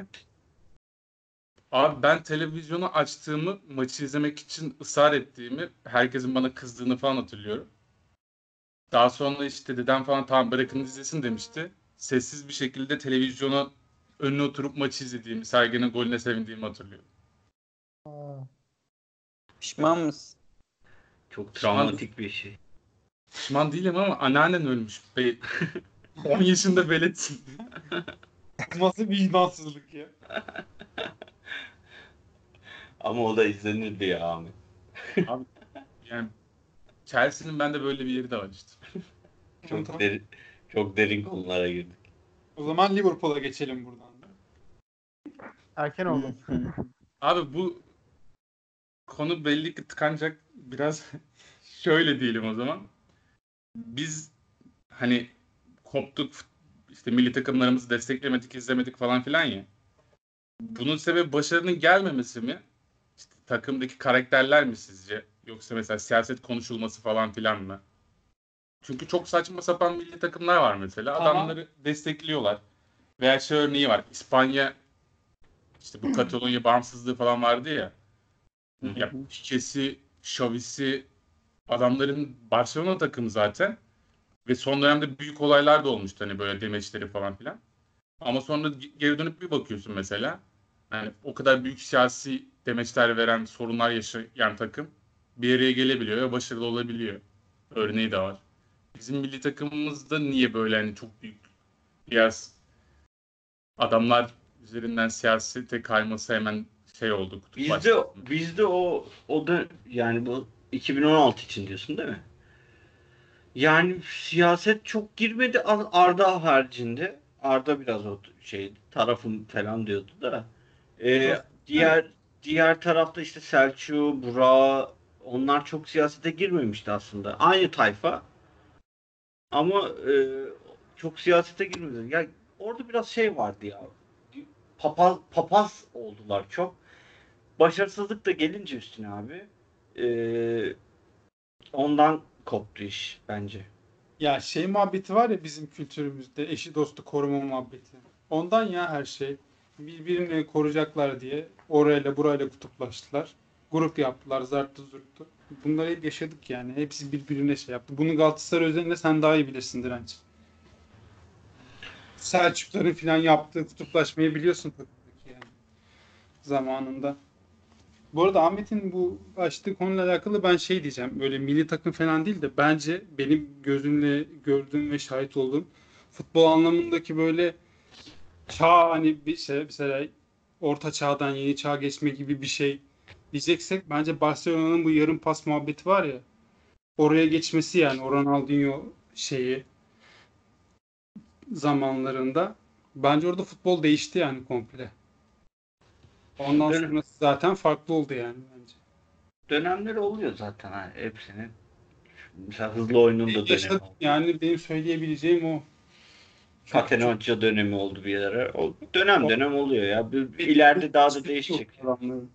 Speaker 5: Abi ben televizyonu açtığımı, maçı izlemek için ısrar ettiğimi, herkesin bana kızdığını falan hatırlıyorum. Daha sonra işte dedem falan tamam bırakın izlesin demişti. Sessiz bir şekilde televizyona önüne oturup maçı izlediğimi, Sergen'in golüne sevindiğimi hatırlıyorum.
Speaker 2: Pişman mısın?
Speaker 1: Çok
Speaker 5: Pişman,
Speaker 1: travmatik bir şey.
Speaker 5: pişman değilim ama anneannen ölmüş. Be on yaşında veletsin.
Speaker 3: Nasıl vicdansızlık ya.
Speaker 1: Ama o da izlenirdi ya Ahmet.
Speaker 5: Abi yani Chelsea'nin bende böyle bir yeri de var işte.
Speaker 1: Çok
Speaker 3: Tamam.
Speaker 1: derin, çok derin konulara girdik.
Speaker 3: O zaman Liverpool'a geçelim buradan da.
Speaker 4: Erken oldu.
Speaker 5: Abi bu konu belli ki tıkanacak. Biraz şöyle diyelim o zaman. Biz hani koptuk işte milli takımlarımızı desteklemedik, izlemedik falan filan ya. Bunun sebebi başarının gelmemesi mi? İşte takımdaki karakterler mi sizce? Yoksa mesela siyaset konuşulması falan filan mı? Çünkü çok saçma sapan milli takımlar var mesela.
Speaker 3: Tamam.
Speaker 5: Adamları destekliyorlar. Veya şey örneği var. İspanya işte bu Katalonya bağımsızlığı falan vardı ya.
Speaker 1: Hı hı.
Speaker 5: Ya Pique'si, Xavi'si adamların Barcelona takımı zaten. Ve son dönemde büyük olaylar da olmuştu hani böyle demeçleri falan filan. Ama sonra geri dönüp bir bakıyorsun mesela. Yani o kadar büyük siyasi demeçler veren sorunlar yaşayan takım bir araya gelebiliyor ve başarılı olabiliyor. Örneği de var. Bizim milli takımımızda niye böyle hani çok büyük biraz adamlar üzerinden siyasete kayması hemen şey oldu,
Speaker 1: Bizde
Speaker 5: kutuplaştı.
Speaker 1: bizde o o da yani bu iki bin on altı için diyorsun değil mi? Yani siyaset çok girmedi Ar- Arda haricinde. Arda biraz o şey tarafım falan diyordu da. Ee, diğer diğer tarafta işte Selçuk, Burak onlar çok siyasete girmemişti aslında. Aynı tayfa ama e, çok siyasete girmedi. Ya orada biraz şey vardı ya. Papaz papaz oldular çok. Başarısızlık da gelince üstüne abi. e, ondan koptu iş bence.
Speaker 3: Ya şey muhabbeti var ya bizim kültürümüzde eşi dostu koruma muhabbeti. Ondan ya her şey. Birbirini koruyacaklar diye orayla burayla kutuplaştılar. Grup yaptılar zarttı zurttu. Bunları hep yaşadık yani. Hepsi birbirine şey yaptı. Bunu Galatasaray özelinde sen daha iyi bilirsin Direnç. Selçukların falan yaptığı kutuplaşmayı biliyorsun tabii ki yani zamanında. Bu arada Ahmet'in bu açtığı konuyla alakalı ben şey diyeceğim. Böyle milli takım falan değil de bence benim gözümle gördüğüm ve şahit olduğum futbol anlamındaki böyle çağ hani bir şey mesela orta çağdan yeni çağa geçme gibi bir şey diyeceksek bence Barcelona'nın bu yarım pas muhabbeti var ya oraya geçmesi yani o Ronaldinho şeyi zamanlarında bence orada futbol değişti yani komple. Ondan
Speaker 1: Dön
Speaker 3: sonrası zaten farklı oldu yani bence.
Speaker 1: dönemleri oluyor zaten ha, hepsinin. Mesela hızlı oyunun da dönemi
Speaker 3: Yaşadım
Speaker 1: oldu.
Speaker 3: yani benim söyleyebileceğim o. Çünkü çok
Speaker 1: Catenaccio dönemi oldu bir yere. O dönem dönem oluyor ya. Bir, bir ileride daha da
Speaker 3: yok
Speaker 1: değişecek.
Speaker 3: adamların.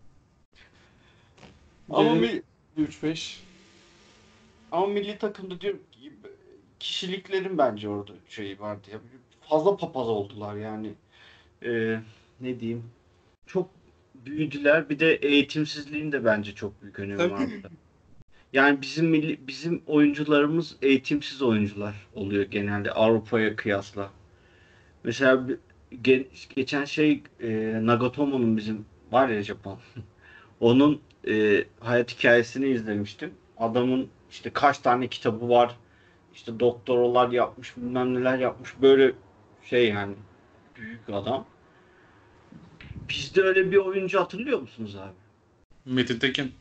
Speaker 1: Ama
Speaker 3: Gelelim
Speaker 1: mi,
Speaker 3: üç beş.
Speaker 1: ama milli takımda diyorum ki kişiliklerin bence orada şeyi vardı ya. Fazla papaz oldular yani. Ee, ne diyeyim? Çok büyüdüler. Bir de eğitimsizliğin de bence çok büyük önemi var
Speaker 3: Tabii
Speaker 1: burada. Yani bizim milli, bizim oyuncularımız eğitimsiz oyuncular oluyor genelde Avrupa'ya kıyasla. Mesela bir- ge- geçen şey e, Nagatomo'nun bizim var ya Japon. Onun e, hayat hikayesini izlemiştim. Adamın işte kaç tane kitabı var. İşte doktoralar yapmış, bilmem neler yapmış. Böyle şey yani büyük adam. Bizde öyle bir oyuncu hatırlıyor musunuz abi?
Speaker 5: Metin Tekin.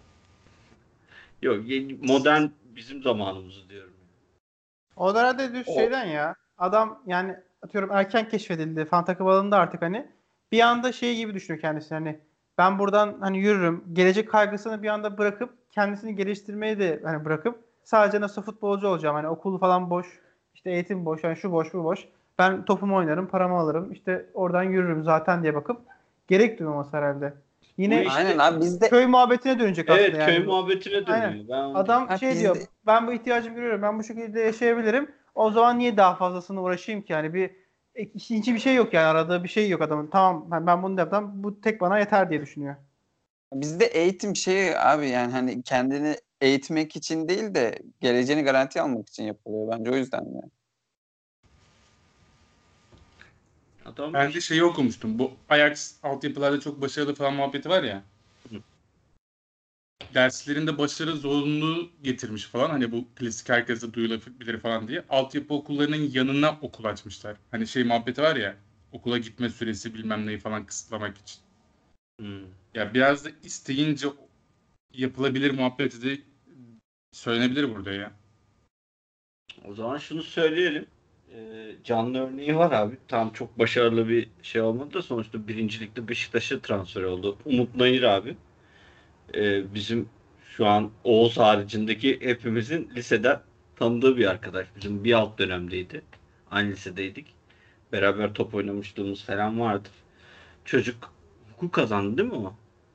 Speaker 1: Yok, yeni- modern bizim zamanımızı diyorum.
Speaker 4: O da herhalde düz
Speaker 1: O
Speaker 4: şeyden ya. Adam yani atıyorum erken keşfedildi. Fan takım alanında artık hani. Bir anda şey gibi düşünüyor kendisini hani ben buradan hani yürürüm. Gelecek kaygısını bir anda bırakıp kendisini geliştirmeyi de hani bırakıp sadece nasıl futbolcu olacağım. Hani okulu falan boş. İşte eğitim boş. Hani şu boş bu boş. Ben topumu oynarım, paramı alırım. İşte oradan yürürüm zaten diye bakıp gerek duymaması herhalde.
Speaker 1: bu
Speaker 4: Yine
Speaker 2: Aynen
Speaker 1: işte
Speaker 2: abi bizde
Speaker 4: köy muhabbetine dönecek aslında
Speaker 1: evet köy
Speaker 4: yani bu.
Speaker 1: muhabbetine
Speaker 4: Aynen.
Speaker 1: dönüyor. Ben onu
Speaker 4: Adam
Speaker 2: ha,
Speaker 4: şey diyor,
Speaker 2: bizde
Speaker 4: ben bu ihtiyacımı görüyorum, ben bu şekilde yaşayabilirim. O zaman niye daha fazlasını uğraşayım ki? Yani bir ikinci bir şey yok yani aradığı bir şey yok adamın. Tamam ben, ben bunu da yaptım, bu tek bana yeter diye düşünüyor.
Speaker 2: bizde eğitim şeyi abi yani hani kendini eğitmek için değil de geleceğini garanti almak için yapılıyor bence o yüzden de.
Speaker 1: adam
Speaker 5: Ben de
Speaker 1: işte
Speaker 5: şeyi okumuştum. Bu Ajax altyapılarda çok başarılı falan muhabbeti var ya.
Speaker 1: Hı.
Speaker 5: Derslerinde başarı zorunluluğu getirmiş falan. Hani bu klasik herkese duyulabilir falan diye. Altyapı okullarının yanına okul açmışlar. Hani şey muhabbeti var ya. Okula gitme süresi bilmem neyi falan kısıtlamak için.
Speaker 1: Hmm.
Speaker 5: Ya biraz da isteyince yapılabilir muhabbeti de söylenebilir burada ya.
Speaker 1: O zaman şunu söyleyelim. Ee, canlı örneği var abi. Tam çok başarılı bir şey olmadı da sonuçta birincilikte Beşiktaş'a transfer oldu. Umut Nayır abi. Ee, bizim şu an Oğuz haricindeki hepimizin liseden tanıdığı bir arkadaş. Bizim bir alt dönemdeydi. Aynı lisedeydik. Beraber top oynamışlığımız falan vardı. Çocuk hukuk kazandı değil mi o?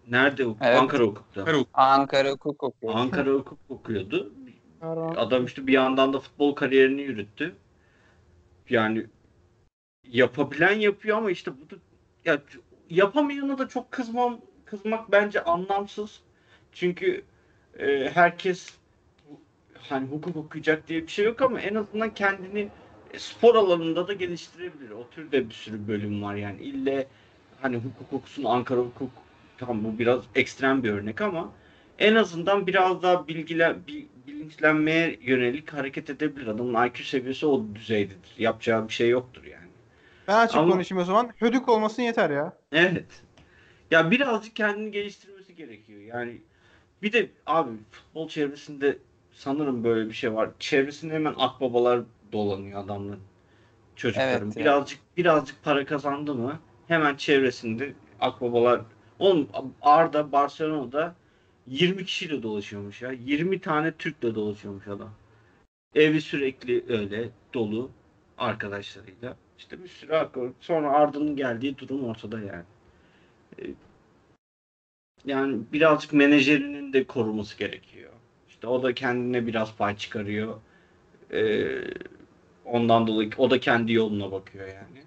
Speaker 1: Nerede okudu?
Speaker 2: Evet.
Speaker 1: Ankara Hukuk'ta.
Speaker 5: Ankara Hukuk.
Speaker 2: Ankara hukuk okuyor.
Speaker 1: Ankara Hukuk okuyordu.
Speaker 4: Erman-
Speaker 1: Adam işte bir yandan da futbol kariyerini yürüttü. Yani yapabilen yapıyor ama işte bu da ya yapamayana da çok kızmam kızmak bence anlamsız. Çünkü e, herkes hani hukuk okuyacak diye bir şey yok ama en azından kendini e, spor alanında da geliştirebilir. O türde bir sürü bölüm var yani. İlle hani hukuk okusun, Ankara Hukuk, tamam bu biraz ekstrem bir örnek ama en azından biraz daha bilgiler bi- bilinçlenmeye yönelik hareket edebilir. Adamın I Q seviyesi o düzeydedir. Yapacağı bir şey yoktur yani.
Speaker 4: Ben açık
Speaker 1: Ama-
Speaker 4: konuşayım o zaman. Hödük olmasın yeter ya.
Speaker 1: Evet. Ya birazcık kendini geliştirmesi gerekiyor. Yani bir de abi futbol çevresinde sanırım böyle bir şey var. Çevresinde hemen akbabalar dolanıyor adamların. Çocukların.
Speaker 2: Evet ya.
Speaker 1: Birazcık birazcık para kazandı mı hemen çevresinde akbabalar. Oğlum Arda Barcelona'da yirmi kişiyle dolaşıyormuş ya. yirmi tane Türk'le dolaşıyormuş adam. Evi sürekli öyle dolu arkadaşlarıyla. İşte bir sürü akbaba. Sonra Arda'nın geldiği durum ortada yani. Yani birazcık menajerinin de koruması gerekiyor. İşte o da kendine biraz pay çıkarıyor. Ee, ondan dolayı o da kendi yoluna bakıyor yani.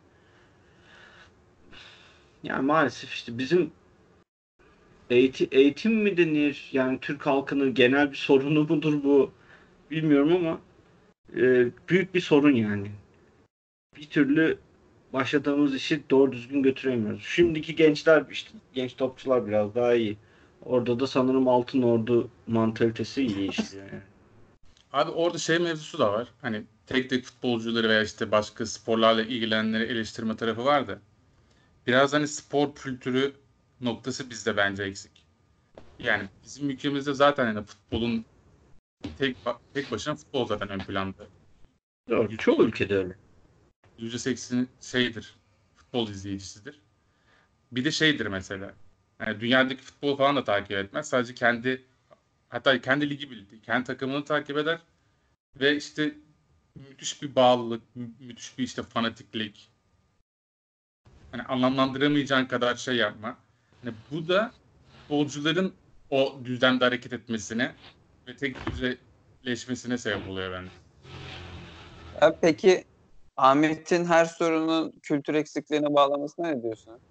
Speaker 1: Yani maalesef işte bizim eğitim, eğitim mi denir? Yani Türk halkının genel bir sorunu mudur bu? Bilmiyorum ama e, büyük bir sorun yani. Bir türlü başladığımız işi doğru düzgün götüremiyoruz. Şimdiki gençler işte genç topçular biraz daha iyi. Orada da sanırım Altın Ordu mantalitesi iyi işliyor yani.
Speaker 5: Abi orada şey mevzusu da var. Hani tek tek futbolcuları veya işte başka sporlarla ilgilenenleri eleştirme tarafı var da. Biraz hani spor kültürü noktası bizde bence eksik. Yani bizim ülkemizde zaten hani futbolun tek tek başına futbol zaten ön planda.
Speaker 1: Doğru. Çoğu ülkede öyle.
Speaker 5: yüzde seksen şeydir. Futbol izleyicisidir. Bir de şeydir mesela. Yani dünyadaki futbol falan da takip etmez. Sadece kendi hatta kendi ligi bildiği, kendi takımını takip eder ve işte müthiş bir bağlılık, mü- müthiş bir işte fanatiklik. Hani anlamlandıramayacağın kadar şey yapma. Hani bu da futbolcuların o düzlemde hareket etmesine ve tek düzeleşmesine sebep oluyor bence.
Speaker 2: Ya peki Ahmet'in her sorunun kültür eksikliğine bağlamasına ne diyorsun?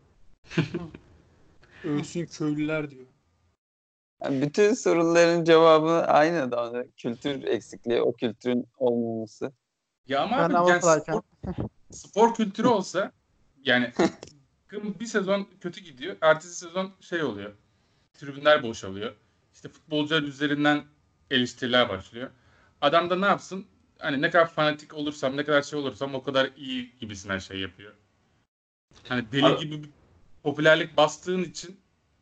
Speaker 3: Ölsün köylüler diyor.
Speaker 2: Ya bütün sorunların cevabı aynı da ona. Kültür eksikliği, o kültürün olmaması.
Speaker 5: Ya ama
Speaker 4: Ben
Speaker 5: abi yani
Speaker 4: Avrupa'dayken.
Speaker 5: spor, spor kültürü olsa yani takım bir sezon kötü gidiyor. Ertesi sezon şey oluyor. Tribünler boşalıyor. İşte futbolcular üzerinden eleştiriler başlıyor. Adam da ne yapsın? Hani ne kadar fanatik olursam, ne kadar şey olursam o kadar iyi gibisinden şey yapıyor. Hani deli
Speaker 1: Abi-
Speaker 5: gibi bir popülerlik bastığın için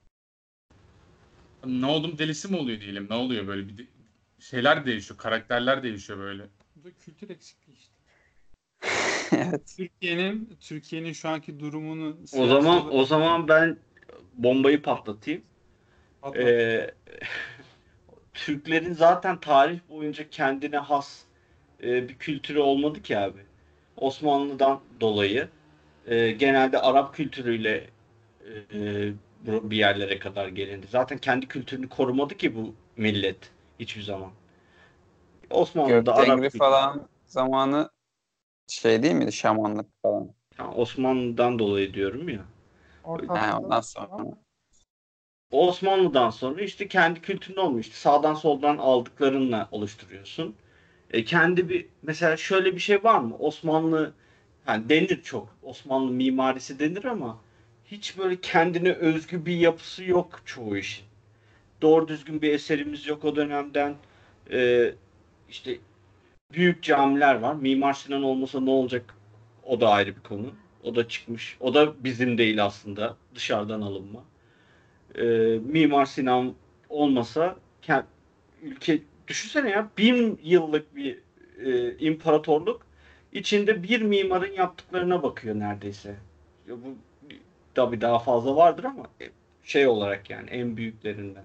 Speaker 5: ne oldum delisi mi oluyor diyelim. Ne oluyor böyle bir de- şeyler değişiyor, karakterler değişiyor böyle.
Speaker 3: Bu da kültür eksikliği işte.
Speaker 2: Evet.
Speaker 3: Türkiye'nin Türkiye'nin şu anki durumunu
Speaker 1: O
Speaker 3: siyasi
Speaker 1: zaman
Speaker 3: olarak
Speaker 1: o zaman ben bombayı patlatayım.
Speaker 3: atlat.
Speaker 1: Ee, Türklerin zaten tarih boyunca kendine has e, bir kültürü olmadı ki abi. Osmanlı'dan dolayı e, genelde Arap kültürüyle e, bu- bir yerlere kadar gelindi. Zaten kendi kültürünü korumadı ki bu millet hiçbir zaman. Osmanlı'da Arap
Speaker 2: Göktengri
Speaker 1: kültürü.
Speaker 2: falan zamanı şey değil miydi? Şamanlık falan.
Speaker 1: Ha, Osmanlı'dan dolayı diyorum ya.
Speaker 4: Orta
Speaker 2: Ha,
Speaker 4: Asya'da.
Speaker 2: ondan sonra.
Speaker 1: Osmanlı'dan sonra işte kendi kültürün olmuş. İşte sağdan soldan aldıklarınla oluşturuyorsun. E, kendi bir mesela şöyle bir şey var mı? Osmanlı yani denir çok. Osmanlı mimarisi denir ama hiç böyle kendine özgü bir yapısı yok çoğu işin. Doğru düzgün bir eserimiz yok o dönemden. E, işte büyük camiler var. Mimar Sinan olmasa ne olacak? O da ayrı bir konu. O da çıkmış. O da bizim değil aslında. Dışarıdan alınma. E, Mimar Sinan olmasa kend- ülke düşünsene ya bin yıllık bir e, imparatorluk içinde bir mimarın yaptıklarına bakıyor neredeyse. Ya bu tabii daha fazla vardır ama e, şey olarak yani en büyüklerinden.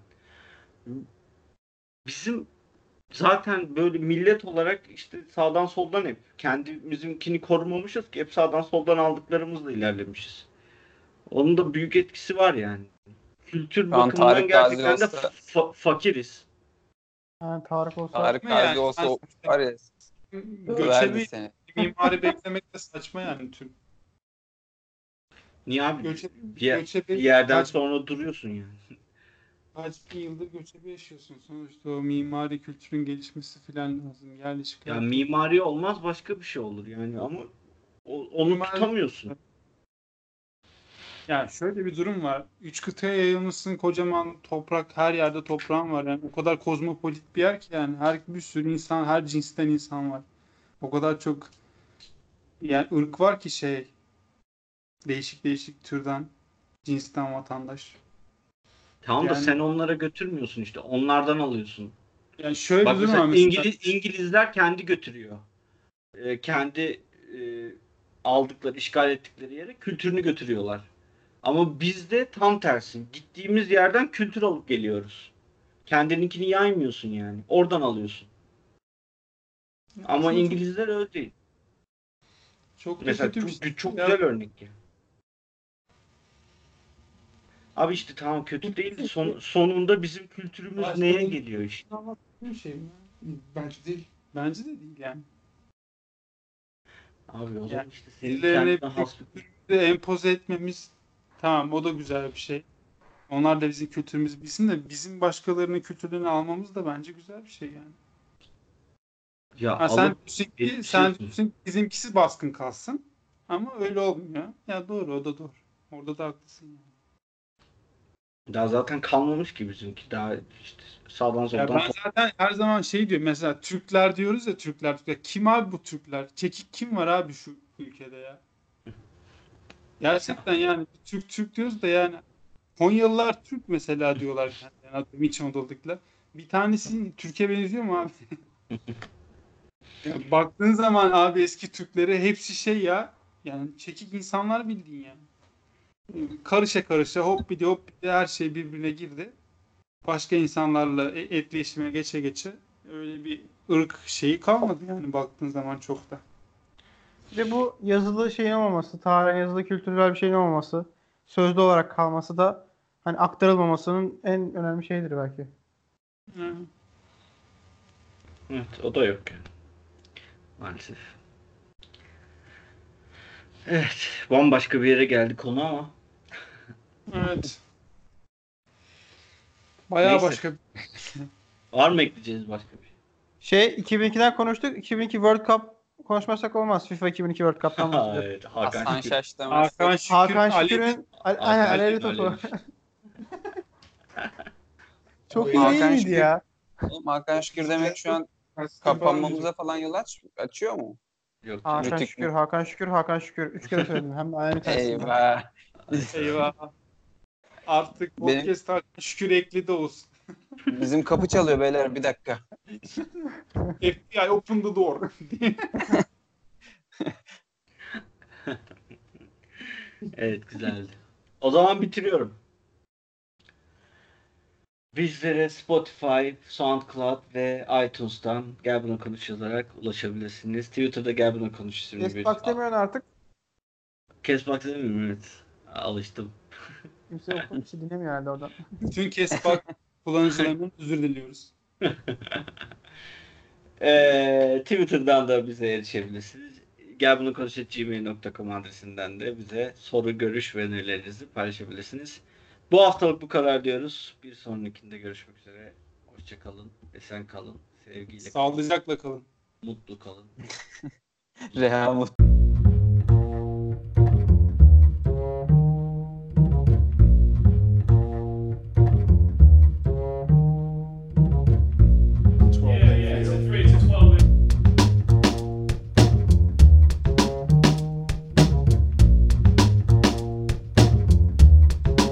Speaker 1: Bizim zaten böyle millet olarak işte sağdan soldan hep kendimizinkini korumamışız ki hep sağdan soldan aldıklarımızla ilerlemişiz. Onun da büyük etkisi var yani. kültür
Speaker 2: Şu an
Speaker 1: bakımından
Speaker 2: Tarık Gazi
Speaker 1: gerçekten de
Speaker 2: olsa-
Speaker 1: fa- fakiriz.
Speaker 4: Yani Tarık olsa
Speaker 2: Tarık
Speaker 3: Ama yani
Speaker 2: Gazi olsa
Speaker 3: ben-
Speaker 2: o- var ya döverdi
Speaker 3: Göçebe
Speaker 2: seni.
Speaker 3: mimari beklemek de saçma yani Türk.
Speaker 1: Niye abi?
Speaker 3: Göçebe,
Speaker 1: Bir, yer-
Speaker 3: göçebe
Speaker 1: bir yerden
Speaker 3: kaç,
Speaker 1: sonra duruyorsun yani.
Speaker 3: kaç bin yıldır göçebe yaşıyorsun. Sonuçta o mimari kültürün gelişmesi falan lazım. Yerleşik
Speaker 1: Ya
Speaker 3: hayat.
Speaker 1: mimari olmaz başka bir şey olur yani ama o- onu
Speaker 3: Mimari-
Speaker 1: tutamıyorsun.
Speaker 3: Yani şöyle bir durum var. Üç kıtaya yayılmışsın, kocaman toprak, her yerde toprağın var. Yani o kadar kozmopolit bir yer ki yani her bir sürü insan, her cinsten insan var. O kadar çok yani ırk var ki şey değişik değişik türden, cinsten vatandaş.
Speaker 1: Tamam da
Speaker 3: Yani-
Speaker 1: sen onlara götürmüyorsun işte. Onlardan alıyorsun.
Speaker 3: Yani şöyle
Speaker 1: Bak
Speaker 3: bir durum
Speaker 1: mesela
Speaker 3: var mesela.
Speaker 1: İngiliz, İngilizler kendi götürüyor. Ee, kendi e, aldıkları, işgal ettikleri yere kültürünü götürüyorlar. Ama bizde tam tersi. Gittiğimiz yerden kültür alıp geliyoruz. Kendininkini yaymıyorsun yani. Oradan alıyorsun. Ama
Speaker 3: Aslında çok-
Speaker 1: İngilizler öyle değil.
Speaker 3: çok, da
Speaker 1: Mesela
Speaker 3: kötü bir
Speaker 1: çok,
Speaker 3: şey.
Speaker 1: çok
Speaker 3: Ya-
Speaker 1: güzel örnek ya. Abi işte tamam kötü değil de son, sonunda bizim kültürümüz
Speaker 3: Başka
Speaker 1: neye
Speaker 3: bir-
Speaker 1: geliyor işte.
Speaker 3: Ama bir şey mi? Bence değil. Bence de değil yani.
Speaker 1: Abi o zaman
Speaker 3: Yani
Speaker 1: işte senin
Speaker 3: Birilerine
Speaker 1: kendine
Speaker 3: bir
Speaker 1: has bir
Speaker 3: kültürü empoze etmemiz tamam o da güzel bir şey. Onlar da bizim kültürümüzü bilsin de bizim başkalarının kültürlerini almamız da bence güzel bir şey yani.
Speaker 1: ya
Speaker 3: Ha, sen
Speaker 1: alıp
Speaker 3: diyorsun ki,
Speaker 1: bir
Speaker 3: sen
Speaker 1: şey-
Speaker 3: diyorsun ki bizimkisi baskın kalsın. Ama öyle olmuyor. Ya doğru o da doğru. Orada da haklısın yani.
Speaker 1: daha zaten kalmamış ki bizimki. Daha işte sağdan
Speaker 3: Ya
Speaker 1: soldan
Speaker 3: ben zaten her zaman şey diyorum mesela Türkler diyoruz ya Türkler, Türkler. Kim abi bu Türkler? Çekik kim var abi şu ülkede ya? Gerçekten yani Türk Türk diyoruz da yani Konyalılar Türk mesela diyorlar kendilerine. Atıyorum İç Anadolu'dakiler. Bir tanesi Türkiye benziyor mu abi? Ya baktığın zaman abi eski Türklere hepsi şey ya. Yani çekik insanlar bildiğin yani. Karışa karışa hop bir de hop bir de her şey birbirine girdi. Başka insanlarla e- etkileşime geçe geçe öyle bir ırk şeyi kalmadı yani baktığın zaman çok da.
Speaker 4: bir de bu yazılı şeyin olmaması, tarih yazılı kültürel bir şeyin olmaması, sözlü olarak kalması da hani aktarılmamasının en önemli şeyidir belki.
Speaker 3: Hı.
Speaker 1: evet o da yok yani. Maalesef. Evet, bambaşka bir yere geldi konu ama
Speaker 3: Evet. Bayağı
Speaker 1: neyse.
Speaker 3: başka.
Speaker 1: Var mı ekleyeceğiniz başka bir şey?
Speaker 4: Şey iki bin ikiden konuştuk. iki bin iki World Cup konuşmasak olmaz. FIFA iki bin iki World Cup'tan bahsedeceğiz.
Speaker 1: Evet, Hakan
Speaker 2: Hasan
Speaker 1: Şükür.
Speaker 2: Şaş demezsek.
Speaker 3: Hakan Şükür,
Speaker 4: Hakan
Speaker 3: Ali
Speaker 4: Şükür'ün aynen
Speaker 1: Hakan
Speaker 4: alevli
Speaker 1: Şükür,
Speaker 4: topu.
Speaker 1: alevli.
Speaker 4: Çok iyi
Speaker 2: Hakan
Speaker 4: değil miydi
Speaker 2: Şükür-
Speaker 4: ya?
Speaker 2: Oğlum Hakan Şükür demek şu an kapanmamıza falan yol aç, açıyor mu?
Speaker 1: Yok canım.
Speaker 4: Hakan
Speaker 2: Rütük
Speaker 4: Şükür,
Speaker 2: mü?
Speaker 4: Hakan Şükür, Hakan Şükür. Üç kere söyledim. Hem de aynı karşısında.
Speaker 2: Eyvah.
Speaker 3: Eyvah. Artık
Speaker 2: Benim-
Speaker 3: podcast Hakan Şükür ekli de olsun.
Speaker 2: Bizim kapı çalıyor beyler, bir dakika.
Speaker 3: F B I open the door.
Speaker 1: Evet, güzeldi. O zaman bitiriyorum. Bizlere Spotify, SoundCloud ve iTunes'tan Gel Buna Konuş yazarak ulaşabilirsiniz. Twitter'da Gel Buna Konuş isimli bir...
Speaker 4: Castbox demiyorsun artık.
Speaker 1: Castbox değil mi? Evet. Alıştım.
Speaker 4: Kimse oku, bir şey dinlemiyor herhalde oradan.
Speaker 3: Bütün Castbox kullanıcılarından özür diliyoruz.
Speaker 1: Ee, Twitter'dan da bize erişebilirsiniz. Gel bunu konuş at gmail nokta com adresinden de bize soru, görüş ve önerilerinizi paylaşabilirsiniz. Bu haftalık bu kadar diyoruz. Bir sonrakinde görüşmek üzere. Hoşça kalın, esen kalın, sevgiyle kalın,
Speaker 3: Sağlıcakla kalın.
Speaker 1: mutlu kalın.
Speaker 2: Reha